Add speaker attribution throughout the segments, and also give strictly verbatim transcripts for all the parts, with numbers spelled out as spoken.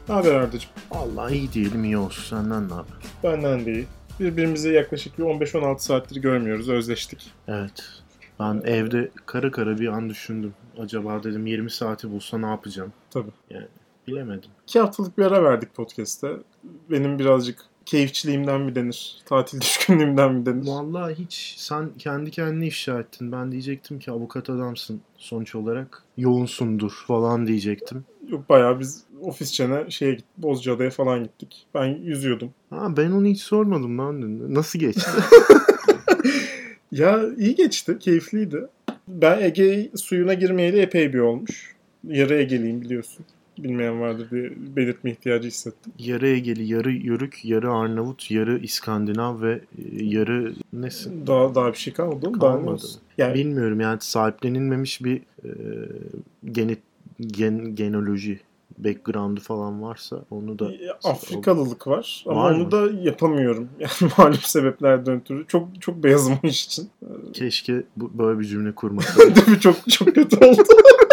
Speaker 1: Ne haber Arda'cığım?
Speaker 2: Vallahi iyi diyelim, iyi olsun. Senden ne haber?
Speaker 1: Benden de iyi. Birbirimizi yaklaşık bir on beş on altı saattir görmüyoruz. Özleştik.
Speaker 2: Evet. Ben ee, evde kara kara bir an düşündüm. Acaba dedim yirmi saati bulsa ne yapacağım?
Speaker 1: Tabii.
Speaker 2: Yani bilemedim.
Speaker 1: İki haftalık bir ara verdik podcast'te. Benim birazcık keyifçiliğimden mi denir? Tatil düşkünlüğümden mi denir?
Speaker 2: Vallahi hiç. Sen kendi kendini ifşa ettin. Ben diyecektim ki avukat adamsın sonuç olarak. Yoğunsundur falan diyecektim.
Speaker 1: Yok, bayağı biz ofisçene şeye gittik, Bozcaada'ya falan gittik. Ben yüzüyordum.
Speaker 2: Ha, ben onu hiç sormadım lan. Nasıl geçti?
Speaker 1: Ya iyi geçti, keyifliydi. Ben Ege suyuna girmeyeli epey bir olmuş. Yarı Ege'liyim biliyorsun. Bilmeyen vardır diye belirtme ihtiyacı hissettim.
Speaker 2: Yarı Egeli, yarı Yörük, yarı Arnavut, yarı İskandinav ve yarı nesin?
Speaker 1: Daha daha bir şey kalmadı mı?
Speaker 2: Kalmadı.
Speaker 1: Yani,
Speaker 2: bilmiyorum yani sahiplenilmemiş bir e, genet, gen, genoloji background'u falan varsa onu da...
Speaker 1: Afrikalılık var ama
Speaker 2: var
Speaker 1: onu
Speaker 2: mı?
Speaker 1: da yapamıyorum. Yani malum sebeplerden ötürü. Çok çok beyazım o iş için.
Speaker 2: Keşke bu, böyle bir cümle kurmasaydım.
Speaker 1: Değil mi? Çok, çok kötü oldu.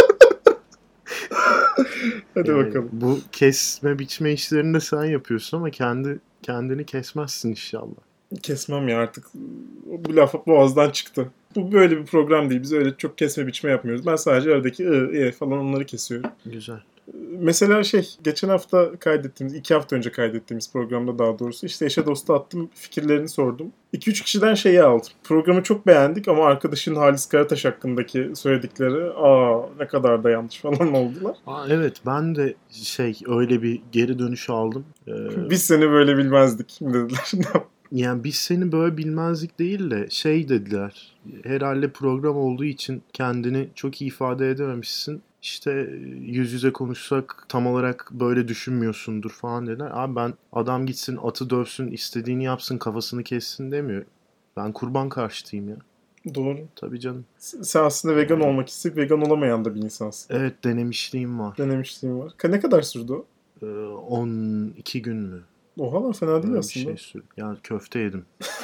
Speaker 1: Hadi
Speaker 2: yani
Speaker 1: bakalım.
Speaker 2: Bu kesme biçme işlerini de sen yapıyorsun ama kendi kendini kesmezsin inşallah.
Speaker 1: Kesmem ya artık. Bu laf boğazdan çıktı. Bu böyle bir program değil. Biz öyle çok kesme biçme yapmıyoruz. Ben sadece aradaki ı, e falan onları kesiyorum.
Speaker 2: Güzel.
Speaker 1: Mesela şey, geçen hafta kaydettiğimiz, iki hafta önce kaydettiğimiz programda daha doğrusu işte eşe dosta attım, fikirlerini sordum. iki üç kişiden şeyi aldım. Programı çok beğendik ama arkadaşın Halis Karataş hakkındaki söyledikleri aa ne kadar da yanlış falan oldular.
Speaker 2: Aa, evet ben de şey öyle bir geri dönüş aldım.
Speaker 1: Ee, Biz seni böyle bilmezdik dediler.
Speaker 2: Yani biz seni böyle bilmezlik değil de şey dediler. Herhalde program olduğu için kendini çok iyi ifade edememişsin. İşte yüz yüze konuşsak tam olarak böyle düşünmüyorsundur falan dediler. Abi ben adam gitsin atı dövsün istediğini yapsın kafasını kessin demiyorum. Ben kurban karşıtıyım ya.
Speaker 1: Doğru.
Speaker 2: Tabii canım.
Speaker 1: Sen aslında vegan olmak isteyip vegan olamayan da bir insansın.
Speaker 2: Evet denemişliğim var.
Speaker 1: Denemişliğim var. Ne kadar sürdü o?
Speaker 2: Ee, on iki gün mü?
Speaker 1: Oha lan fena değil
Speaker 2: Öyle
Speaker 1: aslında.
Speaker 2: Bir şey sürdü. Yani köfte yedim.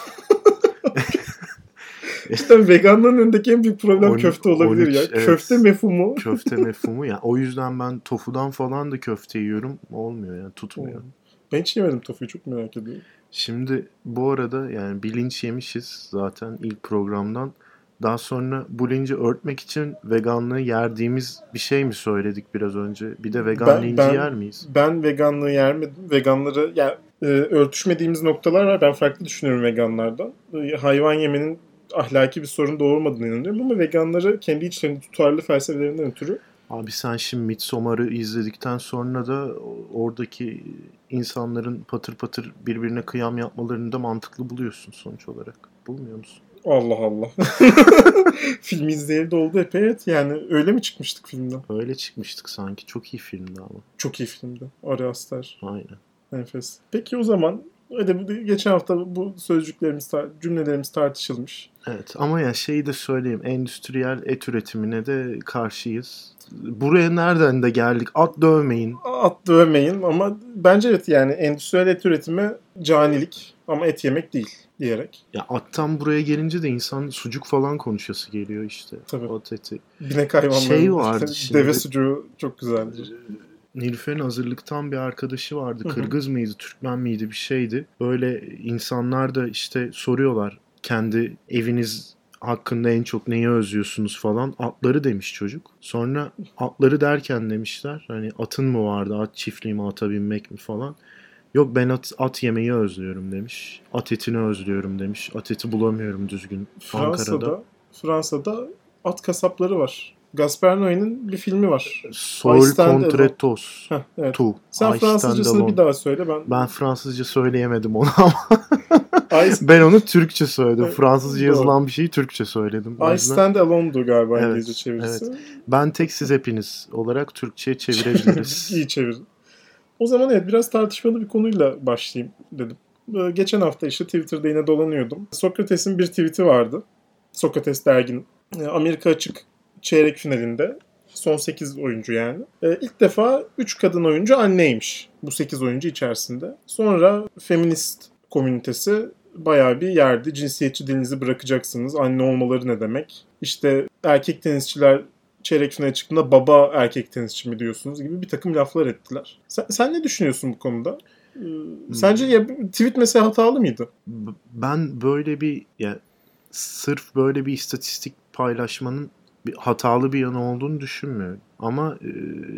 Speaker 1: İşte veganlığın önündeki en büyük problem on, köfte olabilir on üç, ya. Evet. Köfte mefhumu.
Speaker 2: Köfte mefhumu. Yani o yüzden ben tofudan falan da köfte yiyorum. Olmuyor yani tutmuyor.
Speaker 1: Ben hiç yemedim tofuyu, çok merak ediyorum.
Speaker 2: Şimdi bu arada yani bilinç yemişiz zaten ilk programdan. Daha sonra bu linci örtmek için veganlığı yerdiğimiz bir şey mi söyledik biraz önce? Bir de vegan ben, linci
Speaker 1: ben,
Speaker 2: yer miyiz?
Speaker 1: Ben veganlığı yermedim. Veganları yani e, örtüşmediğimiz noktalar var. Ben farklı düşünüyorum veganlardan. E, hayvan yemenin ahlaki bir sorun doğurmadığını inanıyorum ama veganları kendi içlerinde tutarlı felsefelerinden ötürü.
Speaker 2: Abi sen şimdi Midsommar'ı izledikten sonra da oradaki insanların patır patır birbirine kıyam yapmalarını da mantıklı buluyorsun sonuç olarak. Bulmuyor musun?
Speaker 1: Allah Allah. Filmi izleyeli de oldu epey. Evet yani öyle mi çıkmıştık filmden?
Speaker 2: Öyle çıkmıştık sanki. Çok iyi filmdi ama.
Speaker 1: Çok iyi filmdi. Ari Aster.
Speaker 2: Aynen.
Speaker 1: Enfes. Peki o zaman hadi geçen hafta bu sözcüklerimiz, cümlelerimiz tartışılmış.
Speaker 2: Evet ama ya şeyi de söyleyeyim. Endüstriyel et üretimine de karşıyız. Buraya nereden de geldik? At dövmeyin.
Speaker 1: At dövmeyin ama bence evet yani endüstriyel et üretimi canilik ama et yemek değil diyerek.
Speaker 2: Ya attan buraya gelince de insan sucuk falan konuşası geliyor işte.
Speaker 1: Tabii.
Speaker 2: At eti.
Speaker 1: Binek hayvanları.
Speaker 2: Şey vardı şimdi.
Speaker 1: Deve sucuğu çok güzeldir.
Speaker 2: Nilüfer'in hazırlıktan bir arkadaşı vardı. Kırgız mıydı, Türkmen miydi bir şeydi. Böyle insanlar da işte soruyorlar kendi eviniz hakkında en çok neyi özlüyorsunuz falan. Atları demiş çocuk. Sonra atları derken demişler hani atın mı vardı, at çiftliği mi, ata binmek mi falan. Yok ben at, at yemeyi özlüyorum demiş. At etini özlüyorum demiş. At eti bulamıyorum düzgün
Speaker 1: Fransa'da,
Speaker 2: Ankara'da.
Speaker 1: Fransa'da at kasapları var. Gaspar Noé'nin bir filmi var.
Speaker 2: Sol contre tous.
Speaker 1: Heh, evet.
Speaker 2: Tu.
Speaker 1: Sen I Fransızcasını bir daha söyle. Ben
Speaker 2: Ben Fransızca söyleyemedim onu ama. Ben onu Türkçe söyledim. Evet, Fransızca yazılan doğru. Bir şeyi Türkçe söyledim.
Speaker 1: I Stand Alone'du galiba
Speaker 2: evet,
Speaker 1: İngilizce çevirisi.
Speaker 2: Evet. Ben tek siz hepiniz olarak Türkçe'ye çevirebiliriz.
Speaker 1: İyi çevirin. O zaman evet biraz tartışmalı bir konuyla başlayayım dedim. Geçen hafta işte Twitter'da yine dolanıyordum. Sokrates'in bir tweet'i vardı. Sokrates derginin Amerika Açık çeyrek finalinde. Son sekiz oyuncu yani. Ee, ilk defa üç kadın oyuncu anneymiş bu sekiz oyuncu içerisinde. Sonra feminist komünitesi bayağı bir yerdi. Cinsiyetçi dilinizi bırakacaksınız. Anne olmaları ne demek? İşte erkek tenisçiler çeyrek finale çıktığında baba erkek tenisçi mi diyorsunuz gibi bir takım laflar ettiler. Sen, sen ne düşünüyorsun bu konuda? Sence ya, tweet mesela hatalı mıydı?
Speaker 2: Ben böyle bir ya sırf böyle bir istatistik paylaşmanın bir hatalı bir yanı olduğunu düşünmüyorum. Ama e,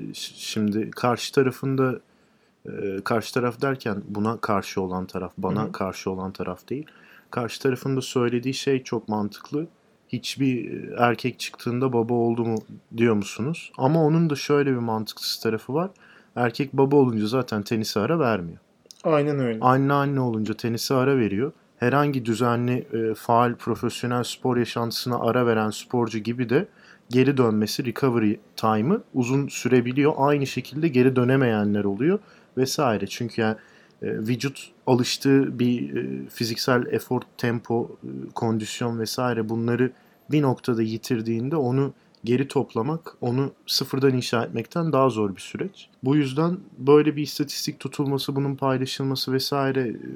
Speaker 2: şimdi karşı tarafında e, karşı taraf derken buna karşı olan taraf, bana hı hı. karşı olan taraf değil. Karşı tarafın da söylediği şey çok mantıklı. Hiçbir erkek çıktığında baba oldu mu diyor musunuz? Ama onun da şöyle bir mantıksız tarafı var. Erkek baba olunca zaten tenise ara vermiyor.
Speaker 1: Aynen öyle.
Speaker 2: Anne anne olunca tenise ara veriyor. Herhangi düzenli, e, faal, profesyonel spor yaşantısına ara veren sporcu gibi de geri dönmesi, recovery time'ı uzun sürebiliyor. Aynı şekilde geri dönemeyenler oluyor vesaire. Çünkü yani e, vücut alıştığı bir e, fiziksel efor, tempo, e, kondisyon vesaire bunları bir noktada yitirdiğinde onu geri toplamak, onu sıfırdan inşa etmekten daha zor bir süreç. Bu yüzden böyle bir istatistik tutulması, bunun paylaşılması vesaire e,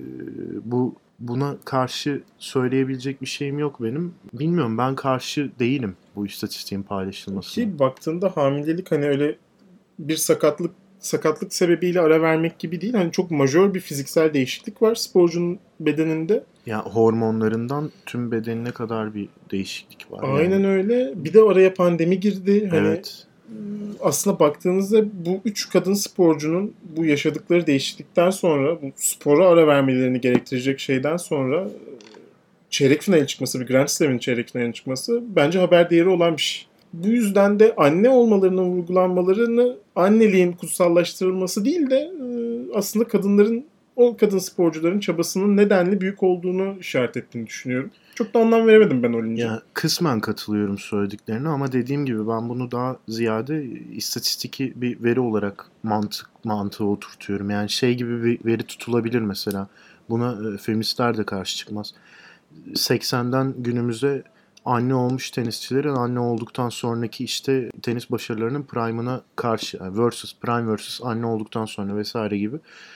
Speaker 2: bu buna karşı söyleyebilecek bir şeyim yok benim. Bilmiyorum, ben karşı değilim bu istatistiğin paylaşılmasına.
Speaker 1: Ki baktığında hamilelik hani öyle bir sakatlık sakatlık sebebiyle ara vermek gibi değil. Hani çok majör bir fiziksel değişiklik var sporcunun bedeninde.
Speaker 2: Ya hormonlarından tüm bedenine kadar bir değişiklik var.
Speaker 1: Aynen
Speaker 2: yani.
Speaker 1: öyle. Bir de araya pandemi girdi. Hani
Speaker 2: evet.
Speaker 1: Aslında baktığınızda bu üç kadın sporcunun bu yaşadıkları değişiklikten sonra, bu spora ara vermelerini gerektirecek şeyden sonra çeyrek finale çıkması, bir Grand Slam'in çeyrek finaline çıkması bence haber değeri olan bir şey. Bu yüzden de anne olmalarının vurgulanmalarını anneliğin kutsallaştırılması değil de aslında kadınların, o kadın sporcuların çabasının nedenli büyük olduğunu işaret ettiğini düşünüyorum. Çok da anlam veremedim ben olunca.
Speaker 2: Ya, kısmen katılıyorum söylediklerine ama dediğim gibi ben bunu daha ziyade istatistiki bir veri olarak mantık mantığı oturtuyorum. Yani şey gibi bir veri tutulabilir mesela. Buna e, feministler de karşı çıkmaz. seksenden günümüze anne olmuş tenisçilerin anne olduktan sonraki işte tenis başarılarının prime'ına karşı yani versus prime versus anne olduktan sonra vesaire gibi.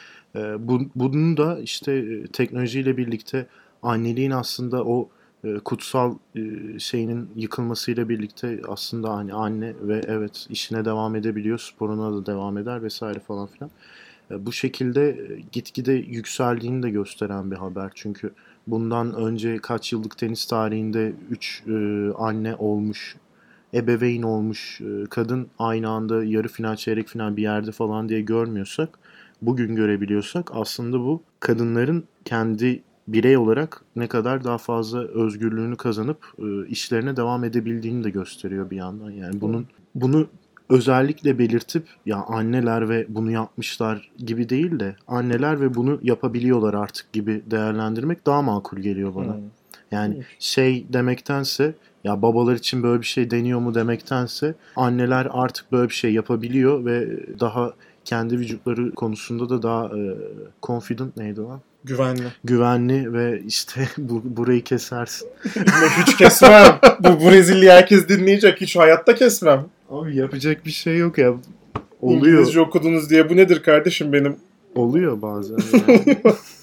Speaker 2: E, bu, bunun da işte teknolojiyle birlikte anneliğin aslında o e, kutsal e, şeyinin yıkılmasıyla birlikte aslında hani anne ve evet işine devam edebiliyor, sporuna da devam eder vesaire falan filan. E, bu şekilde e, gitgide yükseldiğini de gösteren bir haber. Çünkü bundan önce kaç yıllık tenis tarihinde üç e, anne olmuş, ebeveyn olmuş e, kadın aynı anda yarı final, çeyrek final bir yerde falan diye görmüyorsak, bugün görebiliyorsak aslında bu kadınların kendi birey olarak ne kadar daha fazla özgürlüğünü kazanıp e, işlerine devam edebildiğini de gösteriyor bir yandan. Yani bunun bunu özellikle belirtip ya anneler ve bunu yapmışlar gibi değil de anneler ve bunu yapabiliyorlar artık gibi değerlendirmek daha makul geliyor bana. Yani şey demektense ya babalar için böyle bir şey deniyor mu demektense anneler artık böyle bir şey yapabiliyor ve daha kendi vücutları konusunda da daha e, confident neydi lan?
Speaker 1: Güvenli.
Speaker 2: Güvenli ve işte bu, burayı kesersin.
Speaker 1: Hiç kesmem. Bu Brezilya herkes dinleyecek. Hiç hayatta kesmem.
Speaker 2: Abi yapacak bir şey yok ya. Oluyor.
Speaker 1: İngilizce okudunuz diye bu nedir kardeşim benim?
Speaker 2: Oluyor bazen. Yani.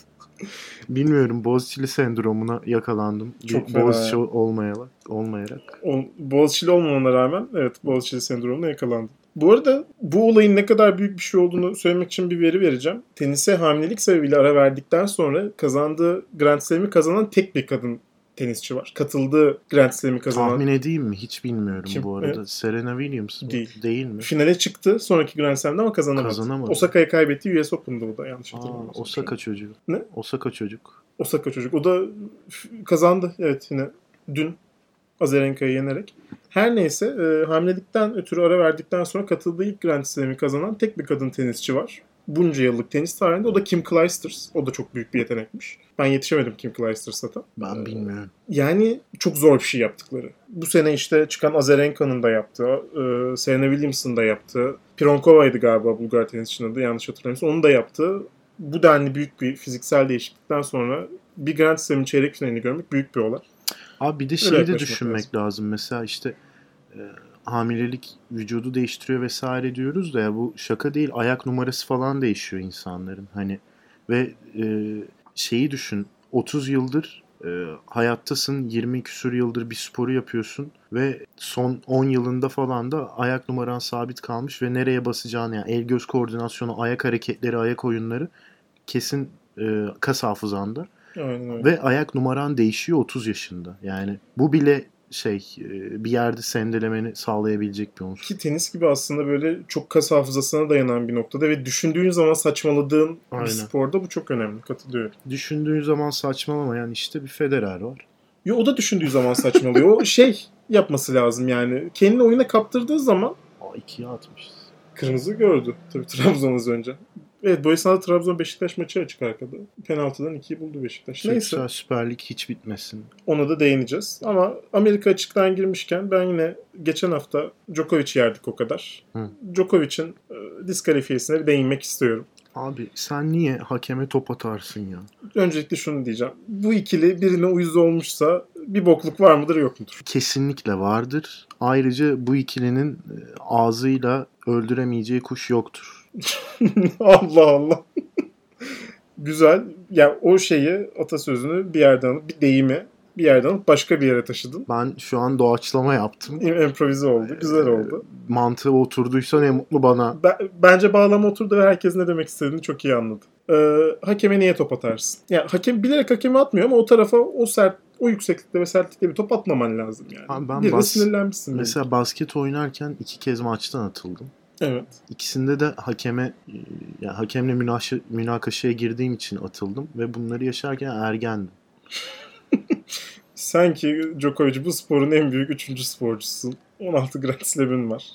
Speaker 2: Bilmiyorum, Boğaziçi'li sendromuna yakalandım.
Speaker 1: Çok
Speaker 2: Boğaziçi olmayarak. olmayarak.
Speaker 1: O, Boğaziçi'li olmamana rağmen evet Boğaziçi'li sendromuna yakalandım. Bu arada bu olayın ne kadar büyük bir şey olduğunu söylemek için bir veri vereceğim. Tenise hamilelik sebebiyle ara verdikten sonra kazandığı Grand Slam'i kazanan tek bir kadın tenisçi var. Katıldığı Grand Slam'i kazanan.
Speaker 2: Tahmin edeyim mi? Hiç bilmiyorum
Speaker 1: Kim?
Speaker 2: bu arada.
Speaker 1: Evet.
Speaker 2: Serena Williams mı?
Speaker 1: Değil.
Speaker 2: Değil mi?
Speaker 1: Finale çıktı sonraki Grand Slam'de ama kazanamadı.
Speaker 2: Kazanamadı.
Speaker 1: Osaka'ya kaybetti. U S Open'da bu da yanlış hatırlamıyorsam.
Speaker 2: Osaka çocuğu.
Speaker 1: Ne?
Speaker 2: Osaka çocuk.
Speaker 1: Osaka çocuk. O da kazandı evet yine dün Azarenka'yı yenerek. Her neyse e, hamilelikten ötürü ara verdikten sonra katıldığı ilk Grand Slam'i kazanan tek bir kadın tenisçi var. Bunca yıllık tenis tarihinde. O da Kim Clijsters. O da çok büyük bir yetenekmiş. Ben yetişemedim Kim Clijsters'a da.
Speaker 2: Ben bilmiyorum.
Speaker 1: Yani çok zor bir şey yaptıkları. Bu sene işte çıkan Azarenka'nın da yaptığı, e, Serena Williams'ın da yaptığı, Pironkova'ydı galiba Bulgar tenisçinin adı yanlış hatırlamıyorsam. Onun da yaptığı bu denli büyük bir fiziksel değişiklikten sonra bir Grand Slam'in çeyrek finalini görmek büyük bir olay.
Speaker 2: Abi bir de şeyi de düşünmek lazım. lazım. Mesela işte e, hamilelik vücudu değiştiriyor vesaire diyoruz da ya bu şaka değil. Ayak numarası falan değişiyor insanların. Hani ve e, şeyi düşün. otuz yıldır e, hayattasın, yirmi küsur yıldır bir sporu yapıyorsun ve son on yılında falan da ayak numaran sabit kalmış ve nereye basacağını, yani el göz koordinasyonu, ayak hareketleri, ayak oyunları kesin e, kas hafızanda.
Speaker 1: Aynen öyle.
Speaker 2: Ve ayak numaran değişiyor otuz yaşında. Yani bu bile şey e, bir yerde sendelemeni sağlayabilecek bir unsur.
Speaker 1: Ki tenis gibi aslında böyle çok kas hafızasına dayanan bir noktada ve düşündüğün zaman saçmaladığın
Speaker 2: Aynen.
Speaker 1: bir sporda bu çok önemli. Katılıyorum.
Speaker 2: Düşündüğün zaman saçmalamayan işte bir Federer var.
Speaker 1: Yo, o da düşündüğü zaman saçmalıyor. O şey yapması lazım yani. Kendini oyuna kaptırdığı zaman
Speaker 2: Aa, ikiye atmışız.
Speaker 1: kırmızı gördü. Tabii Trabzon az önce. Evet, bu esnada Trabzon Beşiktaş maçı açık arkada. Penaltıdan ikiyi buldu Beşiktaş. Neyse.
Speaker 2: Türksel Süper Lig hiç bitmesin.
Speaker 1: Ona da değineceğiz. Ama Amerika açıktan girmişken ben yine geçen hafta Djokovic yerdik o kadar.
Speaker 2: Hı.
Speaker 1: Djokovic'in e, diskalifiyesine bir değinmek istiyorum.
Speaker 2: Abi sen niye hakeme top atarsın ya?
Speaker 1: Öncelikle şunu diyeceğim. Bu ikili birine uyuz olmuşsa bir bokluk var mıdır yok mudur?
Speaker 2: Kesinlikle vardır. Ayrıca bu ikilinin e, ağzıyla öldüremeyeceği kuş yoktur.
Speaker 1: Allah Allah. Güzel. Ya o şeyi, atasözünü bir yerden alıp, bir deyimi bir yerden alıp başka bir yere taşıdın.
Speaker 2: Ben şu an doğaçlama yaptım.
Speaker 1: Improvize oldu. Güzel oldu.
Speaker 2: Mantığı oturduysa ne mutlu bana.
Speaker 1: Ben, bence bağlama oturdu ve herkes ne demek istediğini çok iyi anladı. Ee, hakeme niye top atarsın? Ya hakem bilerek hakeme atmıyor ama o tarafa o sert, o yükseklikte ve sertlikte bir top atmaman lazım yani.
Speaker 2: Abi ben
Speaker 1: bir de
Speaker 2: bas-
Speaker 1: sinirlenmişsin.
Speaker 2: Mesela
Speaker 1: belki.
Speaker 2: basket oynarken iki kez maçtan atıldım.
Speaker 1: Evet.
Speaker 2: İkisinde de hakeme yani hakemle münaş- münakaşaya girdiğim için atıldım ve bunları yaşarken ergendim.
Speaker 1: Sanki Djokovic bu sporun en büyük üçüncü sporcusun. on altı Grand Slam'ın var.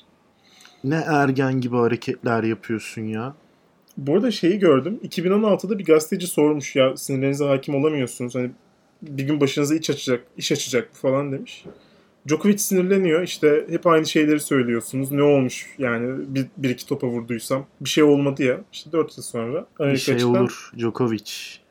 Speaker 2: Ne ergen gibi hareketler yapıyorsun ya.
Speaker 1: Bu arada şeyi gördüm. iki bin on altıda bir gazeteci sormuş ya, sinirlerinize hakim olamıyorsunuz. Hani bir gün başınıza iş açacak, iş açacak bu falan demiş. Djokovic sinirleniyor. İşte hep aynı şeyleri söylüyorsunuz. Ne olmuş yani bir, bir iki topa vurduysam. Bir şey olmadı ya. İşte dört yıl sonra.
Speaker 2: Bir
Speaker 1: Amerika
Speaker 2: şey
Speaker 1: açıktan,
Speaker 2: olur Djokovic.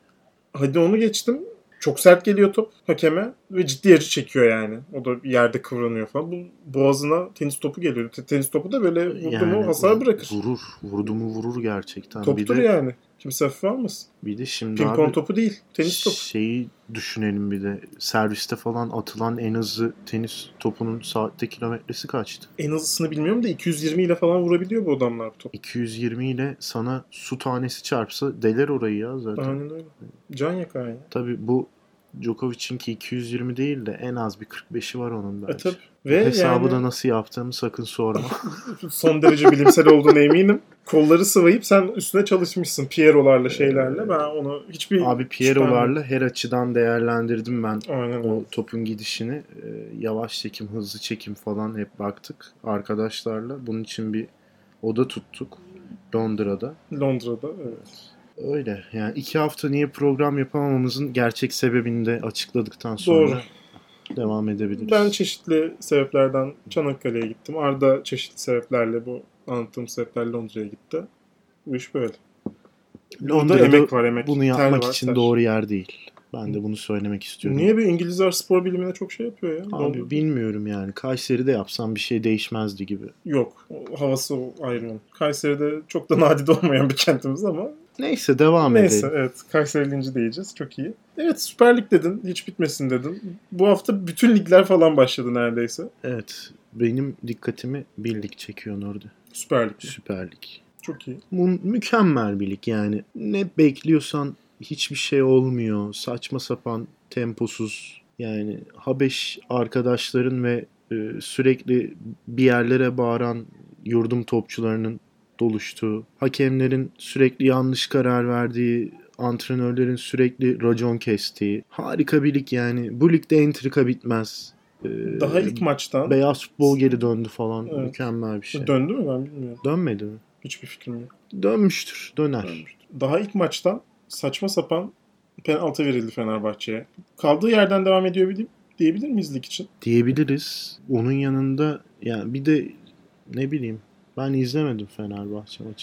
Speaker 1: hadi onu geçtim. Çok sert geliyor top hakeme ve ciddi acı çekiyor yani. O da bir yerde kıvranıyor falan. Bu boğazına tenis topu geliyor. Tenis topu da böyle vurdu mu hasar bırakır.
Speaker 2: Vurur. Vurdu mu vurur gerçekten.
Speaker 1: Toptur
Speaker 2: bir de,
Speaker 1: yani. Kimse hafife almasın.
Speaker 2: Bir de şimdi
Speaker 1: Pimpon
Speaker 2: abi
Speaker 1: topu değil. Tenis topu.
Speaker 2: şeyi düşünelim bir de. Serviste falan atılan en hızlı tenis topunun saatte kilometresi kaçtı?
Speaker 1: En hızlısını bilmiyorum da iki yüz yirmi ile falan vurabiliyor bu adamlar bu topu.
Speaker 2: iki yüz yirmi ile sana su tanesi çarpsa deler orayı ya zaten.
Speaker 1: Aynen öyle. Can yakar ya.
Speaker 2: Tabii bu Djokovic'inki iki yüz yirmi değil de en az bir kırk beşi var onun
Speaker 1: E
Speaker 2: bence.
Speaker 1: tabii. Ve
Speaker 2: Hesabı
Speaker 1: yani
Speaker 2: da nasıl yaptığımı sakın sorma.
Speaker 1: son derece bilimsel olduğuna eminim. Kolları sıvayıp sen üstüne çalışmışsın Piero'larla şeylerle. Ben onu hiçbir
Speaker 2: Abi Piero'larla her açıdan değerlendirdim ben.
Speaker 1: Aynen
Speaker 2: O
Speaker 1: öyle.
Speaker 2: topun gidişini. Ee, yavaş çekim, hızlı çekim falan hep baktık arkadaşlarla. Bunun için bir oda tuttuk Londra'da.
Speaker 1: Londra'da evet.
Speaker 2: Öyle. Yani iki hafta niye program yapamamamızın gerçek sebebini de açıkladıktan sonra
Speaker 1: Doğru.
Speaker 2: devam edebiliriz.
Speaker 1: Ben çeşitli sebeplerden Çanakkale'ye gittim. Arda çeşitli sebeplerle, bu anlattığım sebeplerle Londra'ya gitti. Bu iş böyle.
Speaker 2: Londra'da
Speaker 1: emek var, emek.
Speaker 2: bunu
Speaker 1: Ter
Speaker 2: yapmak
Speaker 1: var,
Speaker 2: için
Speaker 1: ter.
Speaker 2: doğru yer değil. Ben de bunu söylemek istiyorum.
Speaker 1: Niye bir İngilizler spor bilimine çok şey yapıyor ya?
Speaker 2: Abi
Speaker 1: Londra-
Speaker 2: bilmiyorum yani. Kayseri'de yapsam bir şey değişmezdi gibi.
Speaker 1: Yok. O havası o ayrı onun. Kayseri'de çok da nadide olmayan bir kentimiz ama
Speaker 2: Neyse devam
Speaker 1: neyse
Speaker 2: edelim.
Speaker 1: evet. Kayseri linci diyeceğiz. Çok iyi. Evet, Süper Lig dedin. Hiç bitmesin dedin. Bu hafta bütün ligler falan başladı neredeyse.
Speaker 2: Evet. Benim dikkatimi bir lig çekiyor orada.
Speaker 1: Süper Lig.
Speaker 2: Süper Lig.
Speaker 1: Çok iyi.
Speaker 2: Bu mükemmel bir lig yani. Ne bekliyorsan hiçbir şey olmuyor. Saçma sapan, temposuz. Yani Habeş arkadaşların ve e, sürekli bir yerlere bağıran yurdum topçularının doluştuğu, hakemlerin sürekli yanlış karar verdiği, antrenörlerin sürekli racon kestiği. Harika bir lig yani. Bu ligde entrika bitmez. Ee,
Speaker 1: Daha ilk maçtan
Speaker 2: Beyaz futbol geri döndü falan.
Speaker 1: Evet.
Speaker 2: Mükemmel bir şey.
Speaker 1: döndü mü ben bilmiyorum.
Speaker 2: Dönmedi mi?
Speaker 1: Hiçbir fikrim yok.
Speaker 2: Dönmüştür. Döner.
Speaker 1: Dönmüştü. Daha ilk maçtan saçma sapan penaltı verildi Fenerbahçe'ye. Kaldığı yerden devam ediyor bileyim, diyebilir miyiz lig için?
Speaker 2: Diyebiliriz. Onun yanında yani bir de ne bileyim ben izlemedim Fenerbahçe maçını.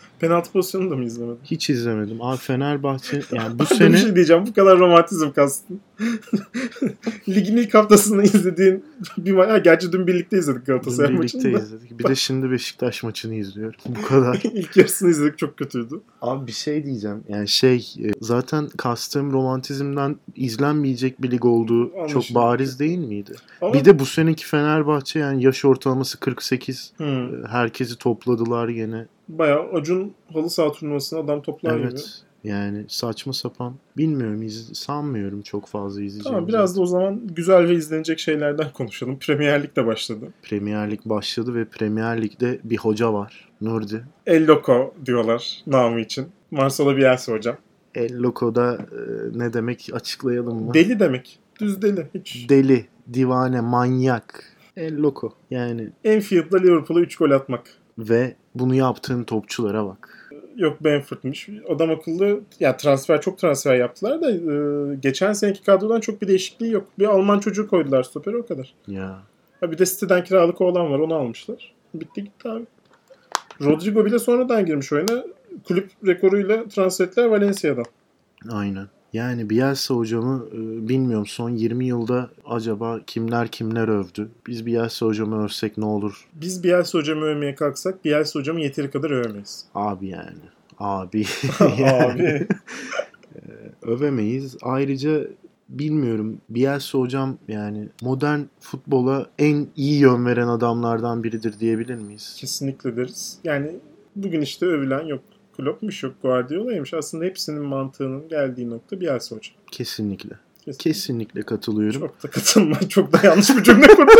Speaker 1: Penaltı pozisyonunu da mı izlemedin?
Speaker 2: Hiç izlemedim. Abi Fenerbahçe yani bu
Speaker 1: Bir
Speaker 2: sene
Speaker 1: şey diyeceğim. Bu kadar romantizm kastın. Ligin ilk haftasını izlediğin bir maç. Gerçi dün birlikte izledik Galatasaray
Speaker 2: dün
Speaker 1: maçını
Speaker 2: birlikte
Speaker 1: da.
Speaker 2: izledik. Bir de şimdi Beşiktaş maçını izliyorum. Bu kadar.
Speaker 1: İlk yarısını izledik, çok kötüydü.
Speaker 2: Abi bir şey diyeceğim. Yani şey e, zaten kastığım romantizmden izlenmeyecek bir lig olduğu çok
Speaker 1: Anlaşıldı.
Speaker 2: bariz değil miydi?
Speaker 1: Ama
Speaker 2: Bir de bu seneki Fenerbahçe yani yaş ortalaması kırk sekiz.
Speaker 1: hmm,
Speaker 2: E, Herkesi topladılar gene.
Speaker 1: bayağı Acun halı saha turnuvasına adam toplar gibi.
Speaker 2: Evet. Yani saçma sapan. Bilmiyorum. iz- sanmıyorum çok fazla izleyeceğim.
Speaker 1: Tamam, biraz da o zaman güzel ve izlenecek şeylerden konuşalım. Premier Lig de başladı.
Speaker 2: Premier Lig başladı ve Premier Lig'de bir hoca var. Nurdi.
Speaker 1: El Loco diyorlar namı için. Marcelo Bielsa hocam.
Speaker 2: El Loco'da e, ne demek açıklayalım mı?
Speaker 1: Deli demek. Düz deli. Hiç.
Speaker 2: Deli, divane, manyak. El Loco. Yani
Speaker 1: Enfield'da Liverpool'a üç gol atmak.
Speaker 2: ve bunu yaptığın topçulara bak.
Speaker 1: Yok Benford'muş. Adam akıllı. Ya transfer, çok transfer yaptılar da e, geçen seneki kadrodan çok bir değişikliği yok. Bir Alman çocuğu koydular stoperi, o kadar.
Speaker 2: Ya.
Speaker 1: Ha, bir de City'den kiralık oğlan var, onu almışlar. Bitti gitti abi. Rodrigo bile sonradan girmiş oyuna. Kulüp rekoruyla transfer ettiler Valencia'dan.
Speaker 2: Aynen. Yani Bielsa hocamı e, bilmiyorum son yirmi yılda acaba kimler kimler övdü. Biz Bielsa hocamı övsek ne olur?
Speaker 1: Biz Bielsa hocamı övmeye kalksak Bielsa hocamı yeteri kadar övemeyiz.
Speaker 2: Abi yani. Abi.
Speaker 1: Abi.
Speaker 2: Övemeyiz. Ayrıca bilmiyorum. Bielsa hocam yani modern futbola en iyi yön veren adamlardan biridir diyebilir miyiz?
Speaker 1: Kesinlikle deriz. Yani bugün işte övülen yok Klopp'muş, yok Guardiola'ymış. Aslında hepsinin mantığının geldiği nokta Bielsa hocam.
Speaker 2: Kesinlikle.
Speaker 1: Kesinlikle.
Speaker 2: Kesinlikle katılıyorum.
Speaker 1: Çok da katılma. Çok da yanlış bir cümle kurdum.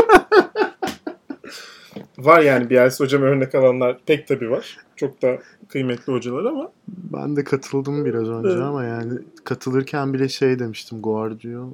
Speaker 1: Var yani Bielsa hocam örnek alanlar pek tabii var. Çok da kıymetli hocalar ama.
Speaker 2: Ben de katıldım biraz önce
Speaker 1: Evet.
Speaker 2: ama yani katılırken bile şey demiştim Guardiola.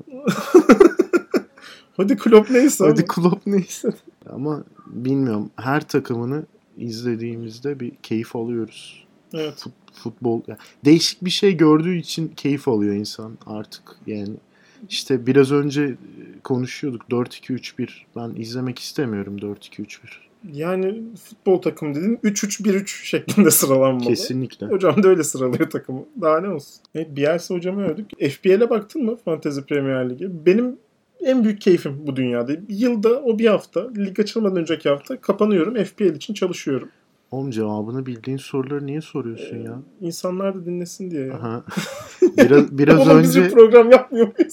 Speaker 1: Hadi Klopp neyse
Speaker 2: Hadi
Speaker 1: ama.
Speaker 2: Klopp neyse. Ama bilmiyorum. Her takımını izlediğimizde bir keyif alıyoruz.
Speaker 1: Evet.
Speaker 2: Fut- futbol yani değişik bir şey gördüğü için keyif alıyor insan artık. Yani işte biraz önce konuşuyorduk dört iki üç bir. Ben izlemek istemiyorum dört iki üç bir.
Speaker 1: Yani futbol takımı dedin üç üç bir üç şeklinde sıralanmalı.
Speaker 2: Kesinlikle.
Speaker 1: Hocam da öyle sıralıyor takımı. Daha ne olsun. Evet, Bielsa hocamı övdük. F P L'e baktın mı? Fantasy Premier Ligi. Benim en büyük keyfim bu dünyada. Yılda o bir hafta, lig açılmadan önceki hafta kapanıyorum. F P L için çalışıyorum.
Speaker 2: Oğlum cevabını bildiğin soruları niye soruyorsun
Speaker 1: Ee,
Speaker 2: ya?
Speaker 1: İnsanlar da dinlesin diye. Ya.
Speaker 2: Aha. Biraz, biraz
Speaker 1: Oğlum biz bir
Speaker 2: önce
Speaker 1: program yapmıyor muyuz?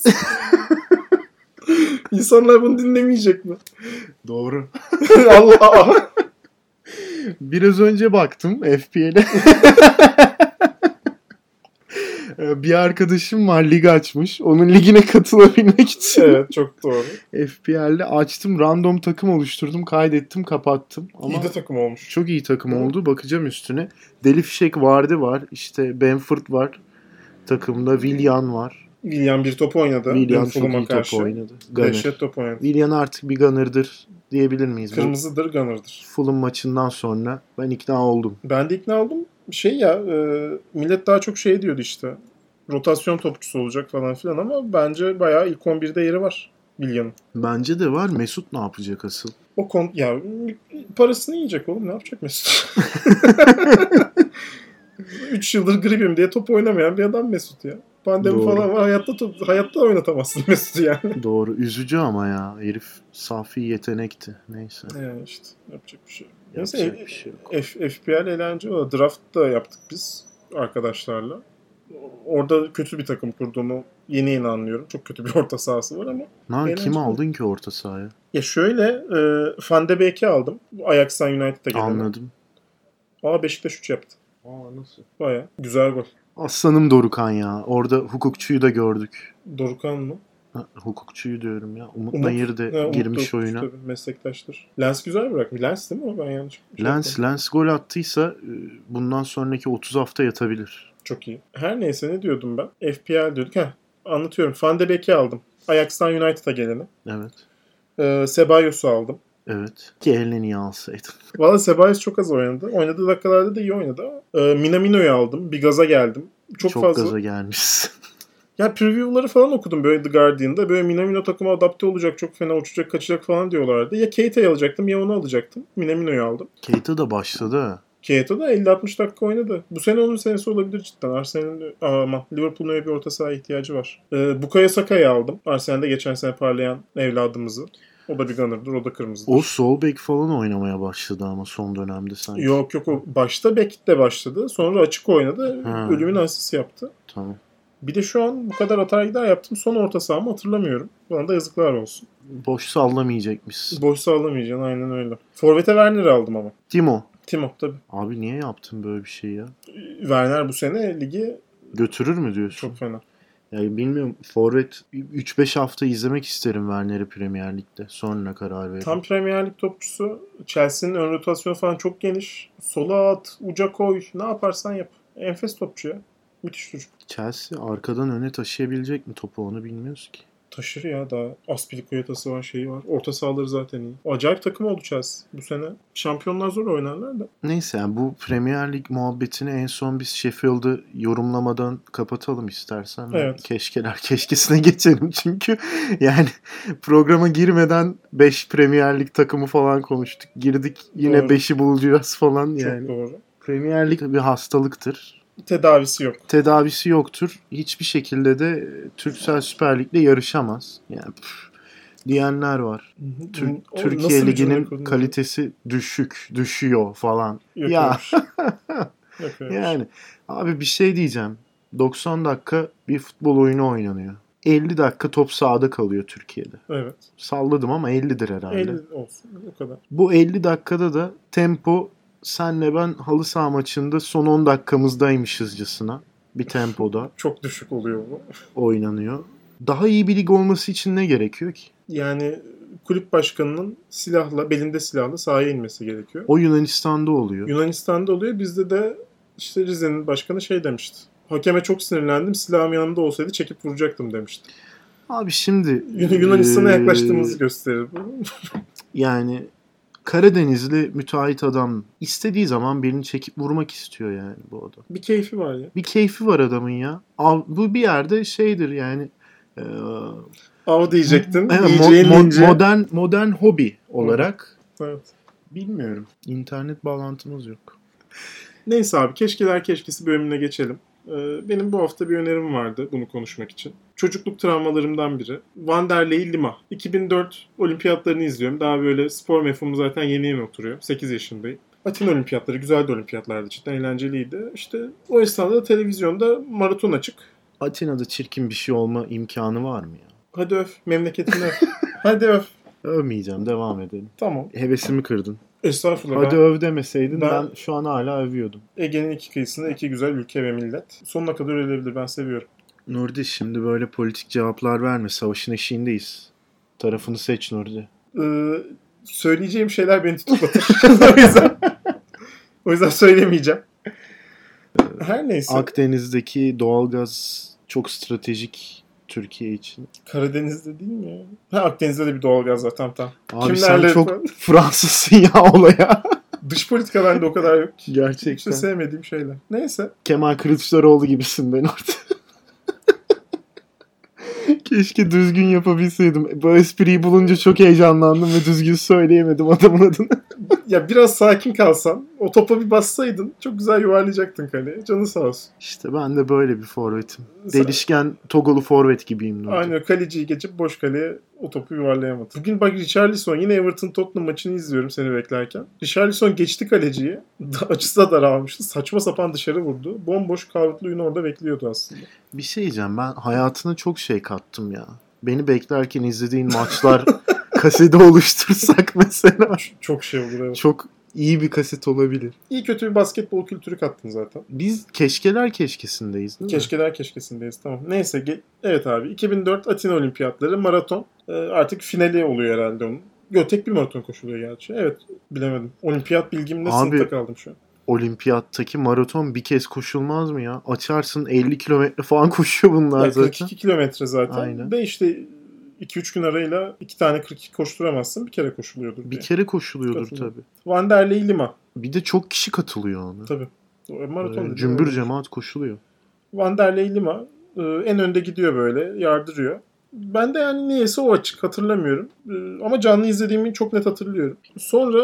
Speaker 1: İnsanlar bunu dinlemeyecek mi?
Speaker 2: doğru.
Speaker 1: Allah!
Speaker 2: Biraz önce baktım F P L'e. Bir arkadaşım var lig açmış. Onun ligine katılabilmek için.
Speaker 1: Evet, çok doğru.
Speaker 2: F P L'de açtım. Random takım oluşturdum. Kaydettim. Kapattım. Ama
Speaker 1: İyi de takım olmuş.
Speaker 2: çok iyi takım oldu. Bakacağım üstüne. Deli Fişek vardı var. İşte Benford var. Takımda Willian var.
Speaker 1: Willian bir top oynadı.
Speaker 2: Willian
Speaker 1: Dün
Speaker 2: çok
Speaker 1: Fulham'a
Speaker 2: iyi
Speaker 1: karşı.
Speaker 2: top oynadı. Gunner.
Speaker 1: Dehşet top oynadı.
Speaker 2: Willian artık bir gunner'dır diyebilir miyiz? Bu
Speaker 1: Kırmızıdır, Gunner'dır.
Speaker 2: Fulham maçından sonra ben ikna oldum.
Speaker 1: Ben de ikna oldum. Şey ya, e, millet daha çok şey diyordu işte. Rotasyon topçusu olacak falan filan ama bence bayağı ilk on birde yeri var Willian'ın.
Speaker 2: Bence de var. Mesut ne yapacak asıl?
Speaker 1: O kon ya parasını yiyecek oğlum, ne yapacak Mesut? üç yıldır gripim diye top oynamayan bir adam Mesut ya. Pandemi
Speaker 2: Doğru.
Speaker 1: falan var, hayatta top, hayatta oynatamazsın Mesut'u yani.
Speaker 2: Doğru. Üzücü ama ya. Herif safi yetenekti. Neyse.
Speaker 1: Yani işte yapacak bir şey yok.
Speaker 2: Yapacak
Speaker 1: Neyse,
Speaker 2: bir şey yok.
Speaker 1: F- F P L eğlence o. Draft da yaptık biz arkadaşlarla. Orada kötü bir takım kurduğumu yeni yeni anlıyorum. Çok kötü bir orta sahası var ama.
Speaker 2: Lan
Speaker 1: Eğlenceli.
Speaker 2: kim aldın ki orta sahaya?
Speaker 1: Ya şöyle e, Van de Beek'i aldım. Ajax'tan United'a gelen.
Speaker 2: Anladım.
Speaker 1: Aa, Beşiktaş üç yaptı.
Speaker 2: Aa nasıl?
Speaker 1: Baya güzel gol.
Speaker 2: Aslanım Dorukan ya. Orada hukukçuyu da gördük.
Speaker 1: Dorukan mı?
Speaker 2: Ha, hukukçuyu diyorum ya. Umut,
Speaker 1: Umut.
Speaker 2: Nayır da
Speaker 1: Ha, Umut
Speaker 2: girmiş
Speaker 1: da-
Speaker 2: oyuna.
Speaker 1: tabii, meslektaştır. Lens güzel bırakmış. Lens değil mi o? Ben yanlış.
Speaker 2: Lens, Lens gol attıysa e, bundan sonraki otuz hafta yatabilir.
Speaker 1: Çok iyi. Her neyse, ne diyordum ben? F P L diyorduk. Heh, anlatıyorum. Van de Beek'i aldım. Ajax'tan United'a geleni.
Speaker 2: Evet.
Speaker 1: Ee, Cebalos'u aldım.
Speaker 2: Evet. Ki eline niye alsaydın?
Speaker 1: Valla Ceballos çok az oynadı. Oynadığı dakikalarda da iyi oynadı. Ee, Minamino'yu aldım. Bir gaza geldim. Çok,
Speaker 2: Çok
Speaker 1: fazla.
Speaker 2: gaza gelmişsin.
Speaker 1: Ya preview'ları falan okudum böyle The Guardian'da. Böyle Minamino takıma adapte olacak, çok fena uçacak, kaçacak falan diyorlardı. Ya Keita'yı alacaktım ya onu alacaktım. Minamino'yu aldım.
Speaker 2: Keita da başladı ha.
Speaker 1: Keita da elli altmış dakika oynadı. Bu sene onun senesi olabilir cidden. Arsenal'in aman Liverpool'un öyle bir orta saha ihtiyacı var. Ee, Bukayo Saka'yı aldım. Arsenal'de geçen sene parlayan evladımızı. O da bir gunner'dır, o da kırmızıdır.
Speaker 2: O sol bek falan oynamaya başladı ama son dönemde sanki.
Speaker 1: Yok yok, o başta bekte başladı. Sonra açık oynadı.
Speaker 2: Ha.
Speaker 1: Ölümün asist yaptı.
Speaker 2: Tamam.
Speaker 1: Bir de şu an bu kadar atar gider yaptım. Son orta sahamı hatırlamıyorum. Bana da yazıklar olsun.
Speaker 2: Boş sallamayacakmışsın.
Speaker 1: Boş sağlamayacaksın, aynen öyle. Forvet'e Werner'i aldım ama.
Speaker 2: Timo.
Speaker 1: Timo tabii.
Speaker 2: Abi niye yaptın böyle bir şey ya?
Speaker 1: Werner bu sene ligi
Speaker 2: götürür mü diyorsun?
Speaker 1: çok fena.
Speaker 2: Yani bilmiyorum. Forvet üç beş hafta izlemek isterim Werner'i Premier Lig'de. Sonra karar veririm.
Speaker 1: Tam Premier Lig topçusu. Chelsea'nin ön rotasyonu falan çok geniş. Sola at, uca koy. Ne yaparsan yap. Enfes topçu ya. Müthiş çocuk.
Speaker 2: Chelsea arkadan öne taşıyabilecek mi topu onu bilmiyoruz ki.
Speaker 1: Taşır ya, daha Aspilicueta'sı var, şeyi var. Orta sahaları zaten iyi. Acayip takım oldu Chelsea bu sene. Şampiyonlar zor oynarlar da.
Speaker 2: Neyse yani bu Premier Lig muhabbetini en son biz Sheffield'ı yorumlamadan kapatalım istersen.
Speaker 1: Evet.
Speaker 2: Keşkeler keşkesine geçelim çünkü yani programa girmeden beş Premier Lig takımı falan konuştuk. Girdik yine beşi bulacağız falan yani.
Speaker 1: Çok doğru.
Speaker 2: Premier Lig bir hastalıktır.
Speaker 1: Tedavisi yok.
Speaker 2: Tedavisi yoktur. Hiçbir şekilde de Türksel Süper Lig'de yarışamaz. Yani püf, diyenler var. Tür-
Speaker 1: O
Speaker 2: Türkiye
Speaker 1: nasıl bir cümle
Speaker 2: Ligi'nin
Speaker 1: kurdun?
Speaker 2: kalitesi düşük, düşüyor falan.
Speaker 1: Yok
Speaker 2: ya
Speaker 1: öyle bir şey. Yok öyle bir şey.
Speaker 2: yani abi bir şey diyeceğim. doksan dakika bir futbol oyunu oynanıyor. elli dakika top sahada kalıyor Türkiye'de.
Speaker 1: Evet.
Speaker 2: Salladım ama ellidir herhalde.
Speaker 1: elli olsun. O kadar.
Speaker 2: Bu elli dakikada da tempo senle ben halı saha maçında son on dakikamızdaymışızcasına bir tempoda
Speaker 1: Çok düşük oluyor bu.
Speaker 2: oynanıyor. Daha iyi bir lig olması için ne gerekiyor ki?
Speaker 1: Yani kulüp başkanının silahla, belinde silahla sahaya inmesi gerekiyor.
Speaker 2: O Yunanistan'da oluyor.
Speaker 1: Yunanistan'da oluyor. Bizde de işte Rize'nin başkanı şey demişti. Hakeme çok sinirlendim. Silahım yanımda olsaydı çekip vuracaktım demişti.
Speaker 2: Abi şimdi
Speaker 1: Yun- Yunanistan'a
Speaker 2: ee,
Speaker 1: yaklaştığımızı gösterir.
Speaker 2: yani Karadenizli müteahhit adam istediği zaman birini çekip vurmak istiyor yani bu adam.
Speaker 1: Bir keyfi var ya.
Speaker 2: Bir keyfi var adamın ya. Av, bu bir yerde şeydir yani ee,
Speaker 1: Av diyecektin.
Speaker 2: mo-
Speaker 1: Yiyeceğin
Speaker 2: mo-
Speaker 1: ince.
Speaker 2: modern modern hobi olarak
Speaker 1: Evet.
Speaker 2: bilmiyorum. İnternet bağlantımız yok.
Speaker 1: Neyse abi, keşkeler keşkesi bölümüne geçelim. Ee, Benim bu hafta bir önerim vardı bunu konuşmak için. Çocukluk travmalarımdan biri. Wanderlei Lima. iki bin dört olimpiyatlarını izliyorum. Daha böyle spor mefhumu zaten yeni yeni oturuyor. sekiz yaşındayım. Atina olimpiyatları güzel de olimpiyatlardı, cidden eğlenceliydi. İşte o esnada da televizyonda maraton açık.
Speaker 2: Atina'da çirkin bir şey olma imkanı var mı ya?
Speaker 1: Hadi öf, memleketini öf. Hadi öf.
Speaker 2: Övmeyeceğim, devam edelim.
Speaker 1: Tamam.
Speaker 2: Hevesimi kırdın.
Speaker 1: Estağfurullah.
Speaker 2: Hadi
Speaker 1: ben
Speaker 2: öv demeseydin ben,
Speaker 1: ben-
Speaker 2: şu an hala övüyordum.
Speaker 1: Ege'nin iki kıyısında iki güzel ülke ve millet. Sonuna kadar ölebilir, ben seviyorum.
Speaker 2: Nurdi şimdi böyle politik cevaplar verme. Savaşın eşiğindeyiz. Tarafını seç Nurdi.
Speaker 1: Ee, söyleyeceğim şeyler beni tutuklatır. o yüzden o yüzden söylemeyeceğim. Her neyse.
Speaker 2: Akdeniz'deki doğalgaz çok stratejik Türkiye için.
Speaker 1: Karadeniz'de değil mi ya? Ha, Akdeniz'de de bir doğalgaz var, tam tam.
Speaker 2: Abi
Speaker 1: Kimlerle
Speaker 2: sen çok Fransızsın ya olaya.
Speaker 1: Dış politika bende o kadar yok.
Speaker 2: Gerçekten.
Speaker 1: İşte sevmediğim şeyler. Neyse.
Speaker 2: Kemal Kılıçdaroğlu gibisin ben orada. Keşke düzgün yapabilseydim. Bu espriyi bulunca çok heyecanlandım ve düzgün söyleyemedim adamın adını.
Speaker 1: Ya biraz sakin kalsan, o topa bir bassaydın çok güzel yuvarlayacaktın kaleye. Canı sağ olsun.
Speaker 2: İşte ben de böyle bir forvetim.
Speaker 1: Sen-
Speaker 2: Delişken Togolu forvet gibiyim. Nurdi.
Speaker 1: Aynen, kaleciyi geçip boş kaleye o topu yuvarlayamadı. Bugün bak, Richarlison, yine Everton Tottenham maçını izliyorum seni beklerken. Richarlison geçti kaleciyi. Açısı da daralmıştı. Saçma sapan dışarı vurdu. Bomboş Calvert-Lewin orada bekliyordu aslında.
Speaker 2: Bir şey diyeceğim, ben hayatına çok şey kattım ya. Beni beklerken izlediğin maçlar kaseti oluştursak mesela
Speaker 1: Ç- Çok şey olur, evet.
Speaker 2: çok iyi bir kaset olabilir.
Speaker 1: İyi kötü bir basketbol kültürü kattın zaten.
Speaker 2: Biz keşkeler keşkesindeyiz değil mi?
Speaker 1: Keşkeler keşkesindeyiz, tamam. Neyse, ge- evet abi, iki bin dört Atina Olimpiyatları maraton. Ee, artık finali oluyor herhalde onun. Yo, tek bir maraton koşuluyor gerçi. Evet, bilemedim. Olimpiyat bilgimle
Speaker 2: Abi-
Speaker 1: sınıfta kaldım şu an.
Speaker 2: Olimpiyattaki maraton bir kez koşulmaz mı ya? Açarsın elli kilometre falan koşuyor bunlar
Speaker 1: Ya
Speaker 2: zaten.
Speaker 1: kırk iki kilometre zaten.
Speaker 2: Aynen.
Speaker 1: De işte iki üç gün arayla iki tane kırk iki koşturamazsın. Bir kere koşuluyordur
Speaker 2: Bir
Speaker 1: diye.
Speaker 2: kere koşuluyordur
Speaker 1: Katılıyorum.
Speaker 2: tabii.
Speaker 1: Wanderlei Lima.
Speaker 2: Bir de çok kişi katılıyor ona.
Speaker 1: Tabii. O maraton
Speaker 2: Böyle
Speaker 1: dediğin
Speaker 2: cümbür
Speaker 1: öyle.
Speaker 2: cemaat koşuluyor.
Speaker 1: Wanderlei Lima e, en önde gidiyor böyle. Yardırıyor. Ben de yani niyeyse o açık hatırlamıyorum. E, Ama canlı izlediğimi çok net hatırlıyorum. Sonra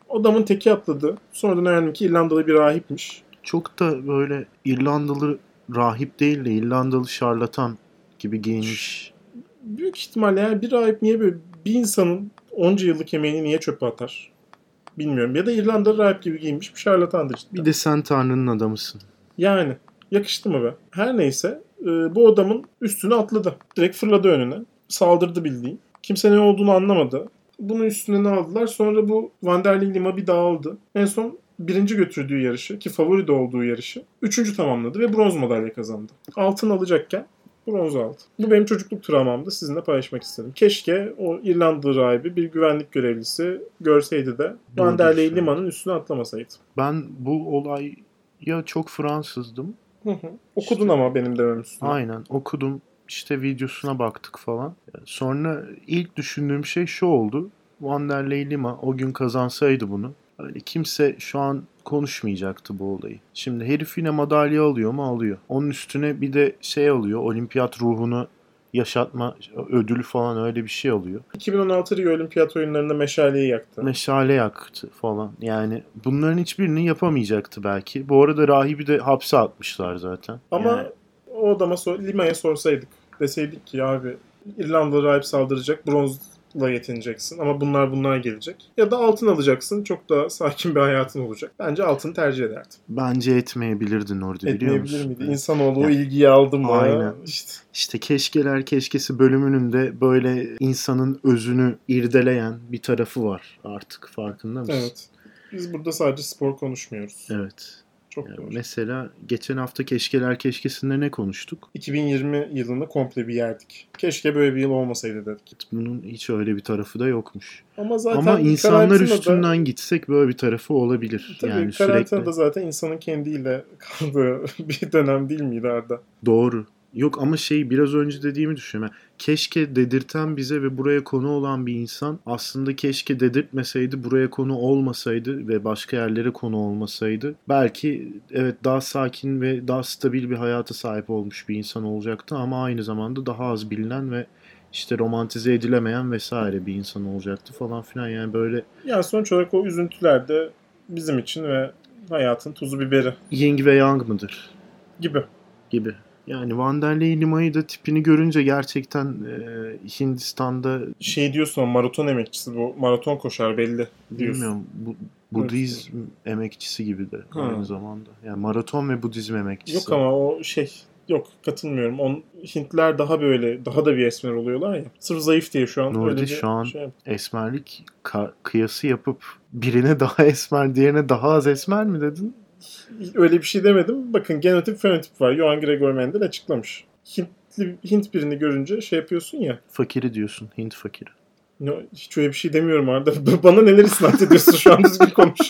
Speaker 1: Adamın teki atladı. Sonradan öğrendim ki İrlandalı bir rahipmiş.
Speaker 2: Çok da böyle İrlandalı rahip değil de İrlandalı şarlatan gibi giyinmiş.
Speaker 1: Büyük ihtimalle yani bir rahip niye böyle bir insanın onca yıllık emeğini niye çöpe atar? Bilmiyorum. Ya da İrlandalı rahip gibi giyinmiş bir şarlatandır cidden.
Speaker 2: Bir de sen Tanrı'nın adamısın.
Speaker 1: Yani yakıştı mı be? Her neyse bu adamın üstüne atladı. Direkt fırladı önüne. Saldırdı bildiğin. Kimse ne olduğunu anlamadı. Bunun üstüne ne aldılar? Sonra bu Van der Lima bir dağıldı. En son birinci götürdüğü yarışı ki favori de olduğu yarışı üçüncü tamamladı ve bronz madalya kazandı. Altın alacakken bronz aldı. Bu benim çocukluk travmamdı. Sizinle paylaşmak istedim. Keşke o İrlandalı rahibi bir güvenlik görevlisi görseydi de Van der Lima'nın üstüne atlamasaydı.
Speaker 2: Ben bu olaya çok Fransızdım.
Speaker 1: Hı hı. Okudun işte, ama benim demem üstüne.
Speaker 2: Aynen okudum. İşte videosuna baktık falan. Sonra ilk düşündüğüm şey şu oldu. Van der Lima o gün kazansaydı bunu, öyle kimse şu an konuşmayacaktı bu olayı. Şimdi herif yine madalya alıyor mu? Alıyor. Onun üstüne bir de şey alıyor. Olimpiyat ruhunu yaşatma ödülü falan öyle bir şey alıyor.
Speaker 1: iki bin on altı Rio Olimpiyat oyunlarında meşaleyi yaktı.
Speaker 2: Meşale yaktı falan. Yani bunların hiçbirini yapamayacaktı belki. Bu arada rahibi de hapse atmışlar zaten.
Speaker 1: Ama
Speaker 2: yani...
Speaker 1: o adama sor, Lima'ya sorsaydık. Deseydik ki abi İrlandalı rahip saldıracak, bronzla yetineceksin ama bunlar bunlar gelecek. Ya da altın alacaksın, çok daha sakin bir hayatın olacak. Bence altın tercih ederdim.
Speaker 2: Bence etmeyebilirdin orada, biliyor musun?
Speaker 1: Etmeyebilir miydi? İnsanoğlu yani, o ilgiyi aldı mı?
Speaker 2: Aynen.
Speaker 1: İşte.
Speaker 2: İşte keşkeler keşkesi bölümünün de böyle insanın özünü irdeleyen bir tarafı var artık, farkında mısın?
Speaker 1: Evet. Biz burada sadece spor konuşmuyoruz.
Speaker 2: Evet.
Speaker 1: Çok
Speaker 2: yani
Speaker 1: doğru.
Speaker 2: Mesela geçen hafta Keşkeler Keşkesi'nde ne konuştuk?
Speaker 1: iki bin yirmi yılında komple bir yerdik. Keşke böyle bir yıl olmasaydı dedik.
Speaker 2: Bunun hiç öyle bir tarafı da yokmuş.
Speaker 1: Ama zaten
Speaker 2: Ama insanlar üstünden gitsek böyle bir tarafı olabilir.
Speaker 1: Tabii
Speaker 2: yani
Speaker 1: karantinada
Speaker 2: sürekli...
Speaker 1: zaten insanın kendiyle kaldığı bir dönem değil miydi Arda?
Speaker 2: Doğru. Yok ama şey biraz önce dediğimi düşünüyorum. Keşke dedirten bize ve buraya konu olan bir insan aslında keşke dedirtmeseydi, buraya konu olmasaydı ve başka yerlere konu olmasaydı. Belki evet daha sakin ve daha stabil bir hayata sahip olmuş bir insan olacaktı ama aynı zamanda daha az bilinen ve işte romantize edilemeyen vesaire bir insan olacaktı falan filan. Yani böyle...
Speaker 1: Yani sonuç olarak o üzüntüler de bizim için ve hayatın tuzu biberi.
Speaker 2: Yin ve yang mıdır?
Speaker 1: Gibi.
Speaker 2: Gibi. Yani Van der Lima'yı da tipini görünce gerçekten e, Hindistan'da...
Speaker 1: Şey diyorsun, maraton emekçisi, bu maraton koşar belli diyorsun.
Speaker 2: Bilmiyorum. Bu, Budizm evet. emekçisi gibi de ha. aynı zamanda. Yani maraton ve Budizm emekçisi.
Speaker 1: Yok ama o şey... Yok, katılmıyorum. On, Hintliler daha böyle, daha da bir esmer oluyorlar ya. Sırf zayıf diye şu an
Speaker 2: Nurdi
Speaker 1: öyle bir
Speaker 2: şu an
Speaker 1: şey.
Speaker 2: Esmerlik ka- kıyası yapıp birine daha esmer, diğerine daha az esmer mi dedin?
Speaker 1: Öyle bir şey demedim. Bakın genotip fenotip var. Johann Gregor Mendel açıklamış. Hintli, Hint birini görünce şey yapıyorsun ya.
Speaker 2: Fakiri diyorsun. Hint fakiri.
Speaker 1: No, hiç öyle bir şey demiyorum Arda. Bana neler isnat ediyorsun şu an, düzgün konuş.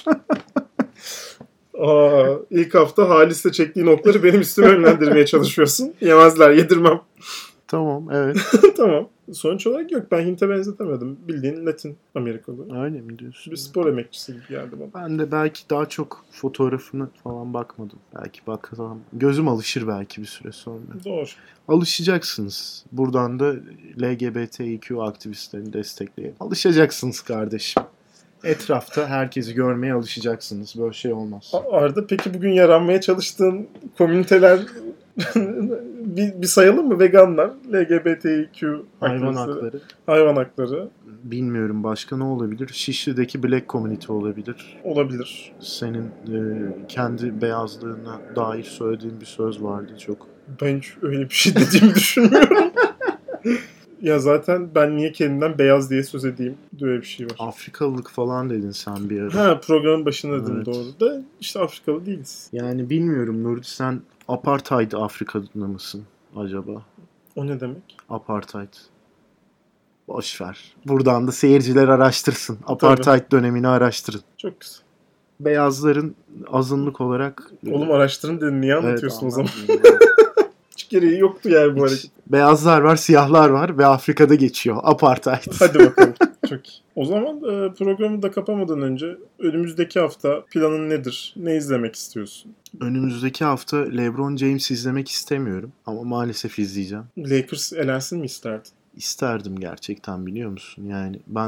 Speaker 1: Aa, ilk hafta Halis'le çektiğin okları benim üstüme yönlendirmeye çalışıyorsun. Yemezler, yedirmem.
Speaker 2: Tamam, evet.
Speaker 1: Tamam. Sonuç olarak yok. Ben Hint'e benzetemedim. Bildiğin Latin Amerikalı.
Speaker 2: Öyle mi diyorsun?
Speaker 1: Bir spor emekçisi gibi geldi bana.
Speaker 2: Ben de belki daha çok fotoğrafını falan bakmadım. Belki baksam gözüm alışır belki bir süre sonra.
Speaker 1: Doğru.
Speaker 2: Alışacaksınız. Buradan da L G B T İ Q aktivistlerini destekleyin. Alışacaksınız kardeşim. Etrafta herkesi görmeye alışacaksınız. Böyle şey olmaz.
Speaker 1: Arda, peki bugün yaranmaya çalıştığın komüniteler bir, bir sayalım mı? Veganlar, L G B T İ Q
Speaker 2: hayvan hakları.
Speaker 1: Hayvan hakları.
Speaker 2: Bilmiyorum, başka ne olabilir? Şişli'deki Black Community olabilir.
Speaker 1: Olabilir.
Speaker 2: Senin e, kendi beyazlığına dair söylediğin bir söz vardı çok.
Speaker 1: Ben hiç öyle bir şey dediğimi düşünmüyorum. Ya zaten ben niye kendimden beyaz diye söz edeyim? Böyle bir şey var.
Speaker 2: Afrikalılık falan dedin sen bir ara.
Speaker 1: Ha, programın başında dedim,
Speaker 2: evet.
Speaker 1: doğru da işte Afrikalı değiliz.
Speaker 2: Yani bilmiyorum Nurdi, sen apartheid Afrika'da mısın acaba?
Speaker 1: O ne demek?
Speaker 2: Apartheid. Boş ver. Buradan da seyirciler araştırsın. Apartheid Tabii. dönemini araştırın.
Speaker 1: Çok güzel.
Speaker 2: Beyazların azınlık olarak...
Speaker 1: Oğlum araştırın dedin. Niye anlatıyorsun evet, o zaman? Hiç gereği yoktu yani bu hareket.
Speaker 2: Beyazlar var, siyahlar var ve Afrika'da geçiyor. Apartheid.
Speaker 1: Hadi bakalım. Çok iyi. O zaman e, programı da kapamadan önce önümüzdeki hafta planın nedir? Ne izlemek istiyorsun?
Speaker 2: Önümüzdeki hafta LeBron James izlemek istemiyorum ama maalesef izleyeceğim.
Speaker 1: Lakers elensin mi isterdin?
Speaker 2: İsterdim gerçekten, biliyor musun? Yani ben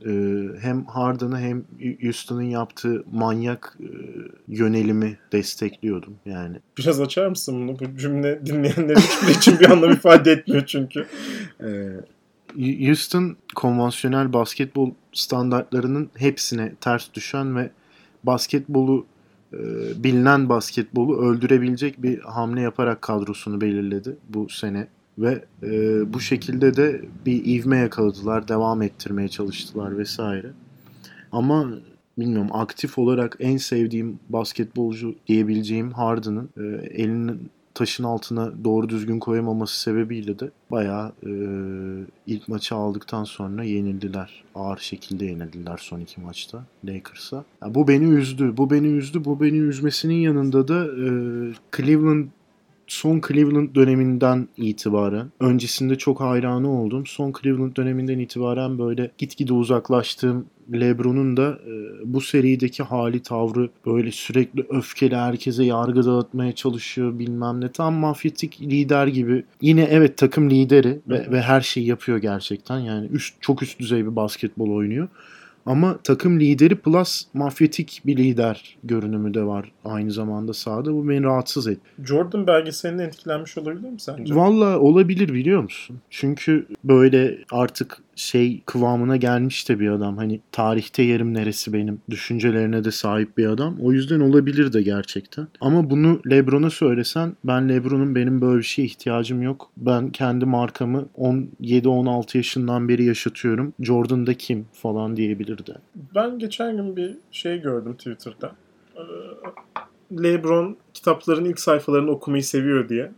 Speaker 2: hem Harden'ı hem Houston'ın yaptığı manyak yönelimi destekliyordum yani.
Speaker 1: Biraz açar mısın bunu? Bu cümle dinleyenlerin hiçbir için bir anlam ifade etmiyor çünkü.
Speaker 2: Houston konvansiyonel basketbol standartlarının hepsine ters düşen ve basketbolu bilinen basketbolu öldürebilecek bir hamle yaparak kadrosunu belirledi bu sene. Ve e, bu şekilde de bir ivme yakaladılar, devam ettirmeye çalıştılar vesaire. Ama bilmiyorum, aktif olarak en sevdiğim basketbolcu diyebileceğim Harden'ın e, elinin taşın altına doğru düzgün koyamaması sebebiyle de bayağı e, ilk maçı aldıktan sonra yenildiler. Ağır şekilde yenildiler son iki maçta Lakers'a. Ya bu beni üzdü, bu beni üzdü, bu beni üzmesinin yanında da e, Cleveland son Cleveland döneminden itibaren, öncesinde çok hayranı oldum. Son Cleveland döneminden itibaren böyle gitgide uzaklaştığım LeBron'un da e, bu serideki hali, tavrı, böyle sürekli öfkeli, herkese yargı dağıtmaya çalışıyor bilmem ne. Tam mafyatik lider gibi. Yine evet, takım lideri ve, ve her şeyi yapıyor gerçekten. Yani üst, çok üst düzey bir basketbol oynuyor. Ama takım lideri plus mafyatik bir lider görünümü de var aynı zamanda sahada. Bu beni rahatsız etti.
Speaker 1: Jordan belgeselinden etkilenmiş olabilir mi sence?
Speaker 2: Valla olabilir, biliyor musun? Çünkü böyle artık şey kıvamına gelmiş de bir adam. Hani tarihte yerim neresi benim düşüncelerine de sahip bir adam. O yüzden olabilir de gerçekten. Ama bunu LeBron'a söylesen, ben LeBron'un benim böyle bir şeye ihtiyacım yok, ben kendi markamı on yedi on altı yaşından beri yaşatıyorum, Jordan da kim falan diyebilirdi.
Speaker 1: Ben geçen gün bir şey gördüm Twitter'da. Ee, LeBron kitapların ilk sayfalarını okumayı seviyor diye.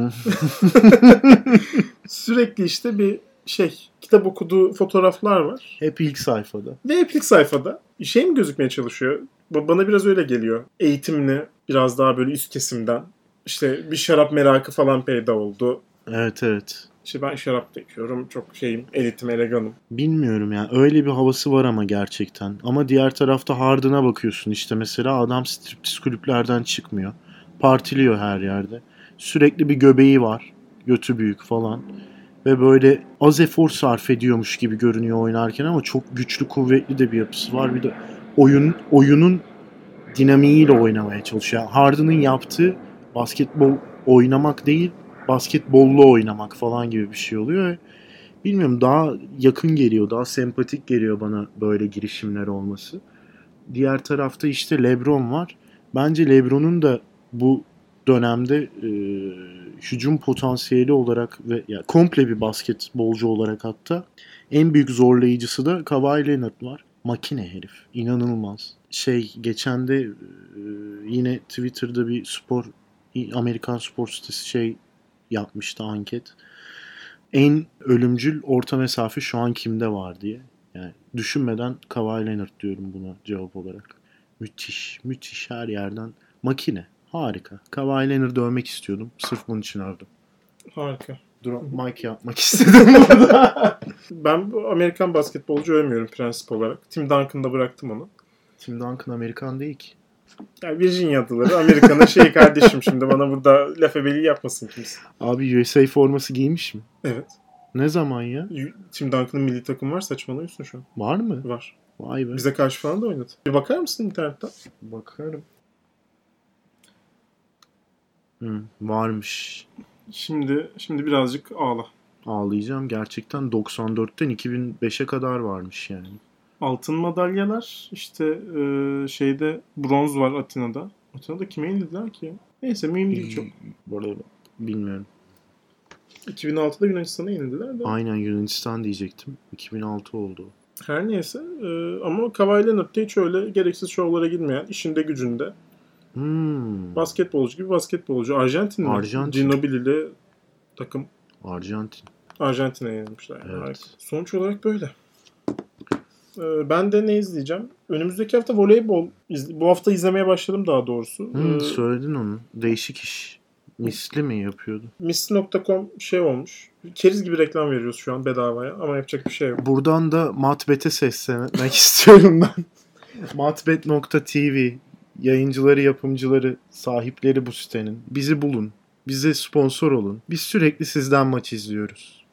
Speaker 1: Sürekli işte bir şey, kitap okuduğu fotoğraflar var.
Speaker 2: Hep ilk sayfada.
Speaker 1: Ve hep ilk sayfada. Şey mi gözükmeye çalışıyor? Bana biraz öyle geliyor. Eğitimli, biraz daha böyle üst kesimden. İşte bir şarap merakı falan peyda oldu.
Speaker 2: Evet evet.
Speaker 1: İşte ben şarap da içiyorum. Çok şeyim, elitim, eleganım.
Speaker 2: Bilmiyorum ya. Öyle bir havası var ama gerçekten. Ama diğer tarafta Harden'a bakıyorsun. İşte mesela adam striptiz kulüplerden çıkmıyor. Partiliyor her yerde. Sürekli bir göbeği var. Götü büyük falan. Ve böyle az efor sarf ediyormuş gibi görünüyor oynarken ama çok güçlü, kuvvetli de bir yapısı var. Bir de oyun oyunun dinamiğiyle oynamaya çalışıyor. Harden'ın yaptığı basketbol oynamak değil, basketbollu oynamak falan gibi bir şey oluyor. Bilmiyorum, daha yakın geliyor, daha sempatik geliyor bana böyle girişimler olması. Diğer tarafta işte LeBron var. Bence LeBron'un da bu dönemde e, hücum potansiyeli olarak ve yani komple bir basketbolcu olarak hatta en büyük zorlayıcısı da Kawhi Leonard var. Makine herif. İnanılmaz. Şey, geçen de e, yine Twitter'da bir spor, Amerikan spor sitesi şey yapmıştı, anket. En ölümcül orta mesafe şu an kimde var diye. Yani düşünmeden Kawhi Leonard diyorum buna cevap olarak. Müthiş, müthiş, her yerden makine. Harika. Kawhi Leonard'ı dövmek istiyordum. Sırf bunun için ördüm.
Speaker 1: Harika.
Speaker 2: Drop mic yapmak istedim burada.
Speaker 1: Ben bu Amerikan basketbolcu övmüyorum prensip olarak. Tim Duncan'da bıraktım onu.
Speaker 2: Tim Duncan Amerikan değil ki.
Speaker 1: Ya Virginia'dıları Amerika'nın şey kardeşim, şimdi bana burada laf ebeliği yapmasın kimse.
Speaker 2: Abi U S A forması giymiş mi?
Speaker 1: Evet.
Speaker 2: Ne zaman ya?
Speaker 1: Tim Duncan'ın milli takım var, saçmalıyorsun şu an.
Speaker 2: Var mı?
Speaker 1: Var.
Speaker 2: Vay be.
Speaker 1: Bize karşı falan da oynadı. Bir bakar mısın internetten?
Speaker 2: Bakarım. Hı, varmış.
Speaker 1: Şimdi şimdi birazcık ağla.
Speaker 2: Ağlayacağım. Gerçekten doksan dörtten iki bin beşe kadar varmış yani.
Speaker 1: Altın madalyalar işte e, şeyde bronz var Atina'da. Atina'da kime yenildiler ki? Neyse mühim değil çok.
Speaker 2: Bu arada bilmiyorum.
Speaker 1: iki bin altıda Yunanistan'a yenildiler de.
Speaker 2: Aynen, Yunanistan diyecektim. iki bin altı oldu.
Speaker 1: Her neyse e, ama Kawhi Leonard da hiç öyle gereksiz şovlara girmeyen, işinde gücünde.
Speaker 2: Hmm.
Speaker 1: Basketbolcu gibi basketbolcu. Arjantin mi?
Speaker 2: Arjantin.
Speaker 1: Ginobili takım.
Speaker 2: Arjantin.
Speaker 1: Arjantin'e yenilmişler. Yani.
Speaker 2: Evet.
Speaker 1: Sonuç olarak böyle. Ee, ben de ne izleyeceğim? Önümüzdeki hafta voleybol. İz- bu hafta izlemeye başladım daha doğrusu.
Speaker 2: Hmm,
Speaker 1: Ee,
Speaker 2: söyledin onu. Değişik iş. Misli mi yapıyordu?
Speaker 1: Misli nokta com şey olmuş. Keriz gibi reklam veriyoruz şu an bedavaya ama yapacak bir şey yok.
Speaker 2: Buradan da Matbet'e seslenmek istiyorum ben. Matbet nokta tv yayıncıları, yapımcıları, sahipleri bu sitenin. Bizi bulun. Bize sponsor olun. Biz sürekli sizden maç izliyoruz.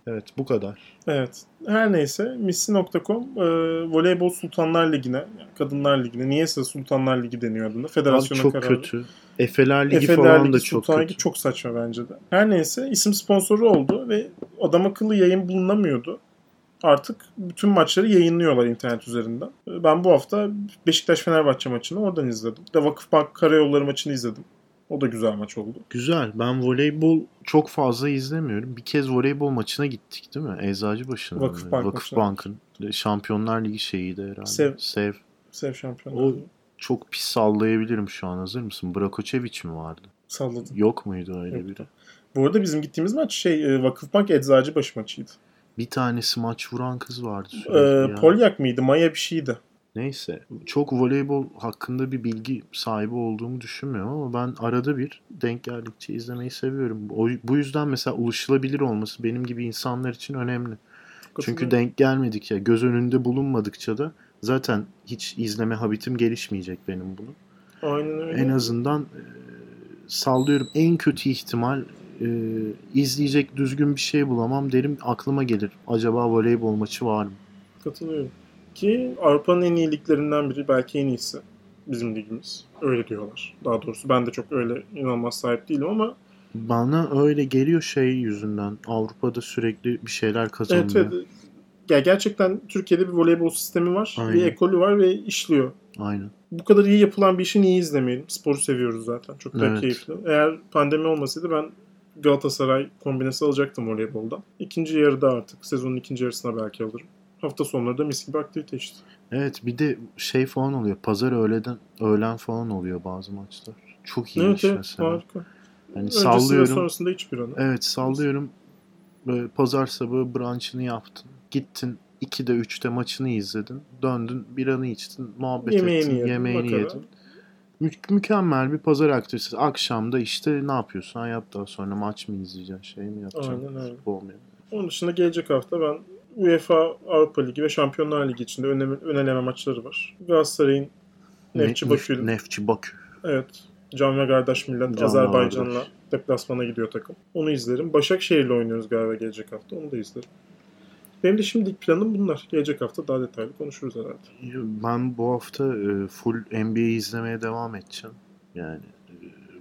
Speaker 2: Evet, bu kadar.
Speaker 1: Evet. Her neyse missi nokta com e, Voleybol Sultanlar Ligi'ne, yani Kadınlar Ligi'ne, niyeyse Sultanlar Ligi deniyor adına.
Speaker 2: Abi
Speaker 1: Federasyona
Speaker 2: çok
Speaker 1: kararı.
Speaker 2: kötü. Efeler Ligi
Speaker 1: Efeler
Speaker 2: falan
Speaker 1: Ligi,
Speaker 2: da çok
Speaker 1: Sultan Ligi
Speaker 2: kötü.
Speaker 1: çok saçma bence de. Her neyse isim sponsoru oldu ve adam akıllı yayın bulunamıyordu. Artık bütün maçları yayınlıyorlar internet üzerinden. Ben bu hafta Beşiktaş-Fenerbahçe maçını oradan izledim. Bir de Vakıfbank Karayolları maçını izledim. O da güzel maç oldu.
Speaker 2: Güzel. Ben voleybol çok fazla izlemiyorum. Bir kez voleybol maçına gittik değil mi? Eczacıbaşı'nın.
Speaker 1: Vakıfbank
Speaker 2: Vakıfbank'ın. Şampiyonlar Ligi şeyiydi herhalde.
Speaker 1: Sev.
Speaker 2: Sev.
Speaker 1: Sev Şampiyonlar
Speaker 2: O
Speaker 1: Ligi.
Speaker 2: çok pis sallayabilirim şu an. Hazır mısın? Brakoçeviç mi vardı?
Speaker 1: Salladım.
Speaker 2: Yok muydu öyle
Speaker 1: Yoktu.
Speaker 2: biri?
Speaker 1: Bu arada bizim gittiğimiz maç şey Vakıfbank Eczacıbaşı maçıydı.
Speaker 2: Bir tane smaç vuran kız vardı
Speaker 1: Ee,
Speaker 2: sürekli ya.
Speaker 1: Polyak mıydı? Maya bir şeydi.
Speaker 2: Neyse. Çok voleybol hakkında bir bilgi sahibi olduğumu düşünmüyorum ama ben arada bir denk geldikçe izlemeyi seviyorum. O, bu yüzden mesela ulaşılabilir olması benim gibi insanlar için önemli. Çünkü denk gelmedikçe, göz önünde bulunmadıkça da zaten hiç izleme habitim gelişmeyecek benim bunu.
Speaker 1: Aynen öyle.
Speaker 2: En azından e, sallıyorum en kötü ihtimal e, izleyecek düzgün bir şey bulamam derim, aklıma gelir. Acaba voleybol maçı var mı?
Speaker 1: Katılıyorum. Ki Avrupa'nın en iyi liglerinden biri, belki en iyisi bizim ligimiz. Öyle diyorlar. Daha doğrusu ben de çok öyle inanılmaz sahip değilim ama
Speaker 2: Bana öyle geliyor şey yüzünden. Avrupa'da sürekli bir şeyler kazanıyor.
Speaker 1: evet, evet. Ya gerçekten Türkiye'de bir voleybol sistemi var.
Speaker 2: Aynen.
Speaker 1: Bir ekolü var ve işliyor.
Speaker 2: Aynen.
Speaker 1: Bu kadar iyi yapılan bir işi niye izlemeyelim? Sporu seviyoruz zaten. Çok da
Speaker 2: Evet.
Speaker 1: keyifli. Eğer pandemi olmasaydı ben Galatasaray kombinesi alacaktım voleyboldan. İkinci yarıda artık. Sezonun ikinci yarısına belki alırım. Hafta sonları da mis gibi aktivite işte.
Speaker 2: Evet, bir de şey falan oluyor. Pazar öğleden öğlen falan oluyor bazı maçlar. Çok iyi
Speaker 1: Evet
Speaker 2: iş
Speaker 1: evet,
Speaker 2: mesela.
Speaker 1: harika.
Speaker 2: Yani
Speaker 1: Öncesi ve
Speaker 2: sallıyorum.
Speaker 1: sonrasında hiçbir anı.
Speaker 2: Evet, sallıyorum. Böyle pazar sabahı brunch'ını yaptın. Gittin ikide üçte maçını izledin. Döndün, biranı içtin, muhabbet
Speaker 1: Yemeğini
Speaker 2: ettin,
Speaker 1: yedin,
Speaker 2: yemeğini
Speaker 1: makara.
Speaker 2: yedin. Mü- mükemmel bir pazar aktivitesi. Akşamda işte ne yapıyorsun? Hayat daha sonra maç mı izleyeceksin? Şey mi yapacaksın?
Speaker 1: Aynen öyle.
Speaker 2: Futbol mu yapacaksın?
Speaker 1: Onun dışında gelecek hafta ben UEFA Avrupa Ligi ve Şampiyonlar Ligi içinde önleme, öneleme maçları var. Galatasaray'ın Nefçi
Speaker 2: Ne-
Speaker 1: Bakü'yle.
Speaker 2: Nefçi Bakü.
Speaker 1: Evet. Can ve kardeş millet
Speaker 2: Canla
Speaker 1: Azerbaycan'la
Speaker 2: kardeş.
Speaker 1: deplasmana gidiyor takım. Onu izlerim. Başakşehir'le oynuyoruz galiba gelecek hafta. Onu da izlerim. Benim de şimdilik planım bunlar. Gelecek hafta daha detaylı konuşuruz herhalde.
Speaker 2: Ben bu hafta e, full N B A izlemeye devam edeceğim. Yani e,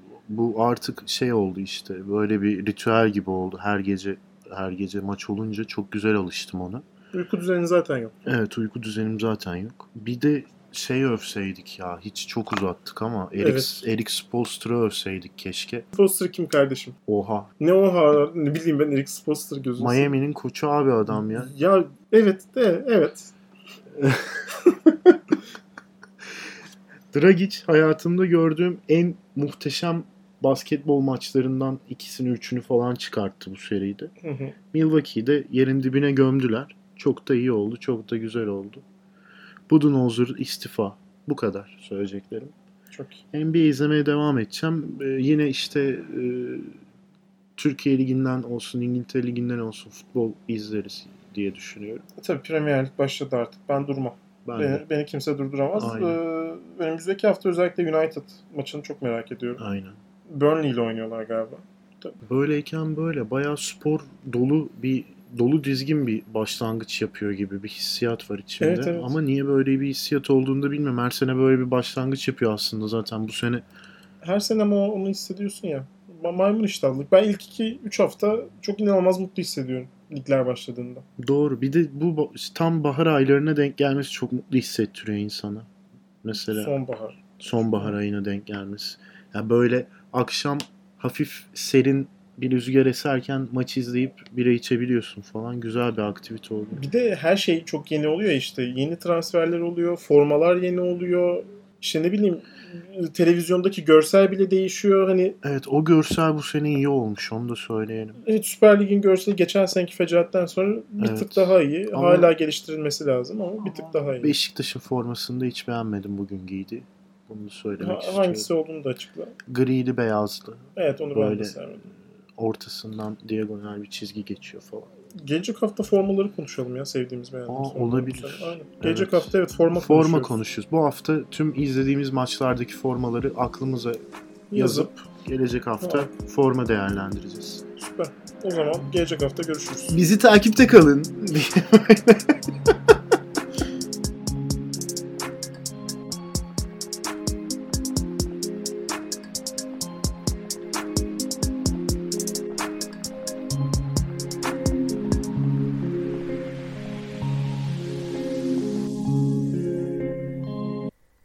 Speaker 2: bu artık şey oldu işte. Böyle bir ritüel gibi oldu. Her gece her gece maç olunca çok güzel alıştım ona.
Speaker 1: Uyku düzeni zaten yok.
Speaker 2: Evet, uyku düzenim zaten yok. Bir de şey övseydik ya. Hiç çok uzattık ama Eric,
Speaker 1: Evet.
Speaker 2: Eric Spoelstra'ı övseydik keşke.
Speaker 1: Spoelstra kim kardeşim?
Speaker 2: Oha.
Speaker 1: Ne oha, ne bileyim ben, Eric Spoelstra gözünü seveyim.
Speaker 2: Miami'nin koçu abi adam ya.
Speaker 1: Ya evet de evet.
Speaker 2: Dragic hayatımda gördüğüm en muhteşem basketbol maçlarından ikisini üçünü falan çıkarttı bu seride.
Speaker 1: Hı hı.
Speaker 2: Milwaukee'de yerin dibine gömdüler. Çok da iyi oldu. Çok da güzel oldu. Budenholzer istifa. Bu kadar söyleyeceklerim.
Speaker 1: Çok iyi.
Speaker 2: N B A izlemeye devam edeceğim. Ee, yine işte e, Türkiye Ligi'nden olsun, İngiltere Ligi'nden olsun futbol izleriz diye düşünüyorum.
Speaker 1: E, tabii Premier Lig başladı artık. Ben durmam.
Speaker 2: Ben
Speaker 1: Beni,
Speaker 2: de.
Speaker 1: beni kimse durduramaz.
Speaker 2: Aynen.
Speaker 1: Ee, önümüzdeki hafta özellikle United maçını çok merak ediyorum.
Speaker 2: Aynen.
Speaker 1: Burnley ile oynuyorlar galiba.
Speaker 2: Böyleyken böyle bayağı spor dolu bir dolu dizgin bir başlangıç yapıyor gibi bir hissiyat var içimde.
Speaker 1: Evet, evet.
Speaker 2: Ama niye böyle bir hissiyat olduğunu da bilmiyorum. Her sene böyle bir başlangıç yapıyor aslında zaten bu sene.
Speaker 1: Her sene ama onu hissediyorsun ya. Ma- Maymun iştahlık. Ben ilk iki üç hafta çok inanılmaz mutlu hissediyorum ligler başladığında.
Speaker 2: Doğru. Bir de bu ba- tam bahar aylarına denk gelmesi çok mutlu hissettiriyor insana. Mesela
Speaker 1: Sonbahar.
Speaker 2: sonbahar ayına denk gelmesi. Ya böyle akşam hafif serin bir rüzgar eserken maç izleyip bira içebiliyorsun falan. Güzel bir aktivite oluyor.
Speaker 1: Bir de her şey çok yeni oluyor işte. Yeni transferler oluyor. Formalar yeni oluyor. İşte ne bileyim, televizyondaki görsel bile değişiyor. Hani
Speaker 2: Evet, o görsel bu sene iyi olmuş, onu da söyleyelim.
Speaker 1: evet, Süper Lig'in görseli geçen seneki fecaattan sonra bir
Speaker 2: Evet.
Speaker 1: tık daha iyi.
Speaker 2: Ama-
Speaker 1: Hala geliştirilmesi lazım ama bir tık daha iyi.
Speaker 2: Beşiktaş'ın formasını da hiç beğenmedim bugün giydi. Bunu da söylemek
Speaker 1: Ha-
Speaker 2: istiyorum.
Speaker 1: hangisi olduğunu da açıkla.
Speaker 2: Grili beyazlı.
Speaker 1: Evet, onu ben de
Speaker 2: Böyle
Speaker 1: sevmedim.
Speaker 2: ortasından diagonal bir çizgi geçiyor falan.
Speaker 1: Gelecek hafta formaları konuşalım ya, sevdiğimiz beğendiğimiz
Speaker 2: Aa,
Speaker 1: formaları.
Speaker 2: olabilir.
Speaker 1: Aynen. Gelecek
Speaker 2: Evet.
Speaker 1: hafta evet forma,
Speaker 2: Forma
Speaker 1: konuşuyoruz.
Speaker 2: konuşuyoruz. Bu hafta tüm izlediğimiz maçlardaki formaları aklımıza
Speaker 1: Yazıp
Speaker 2: yazıp gelecek hafta
Speaker 1: Ha.
Speaker 2: forma değerlendireceğiz.
Speaker 1: süper. O zaman gelecek hafta görüşürüz.
Speaker 2: Bizi takipte kalın.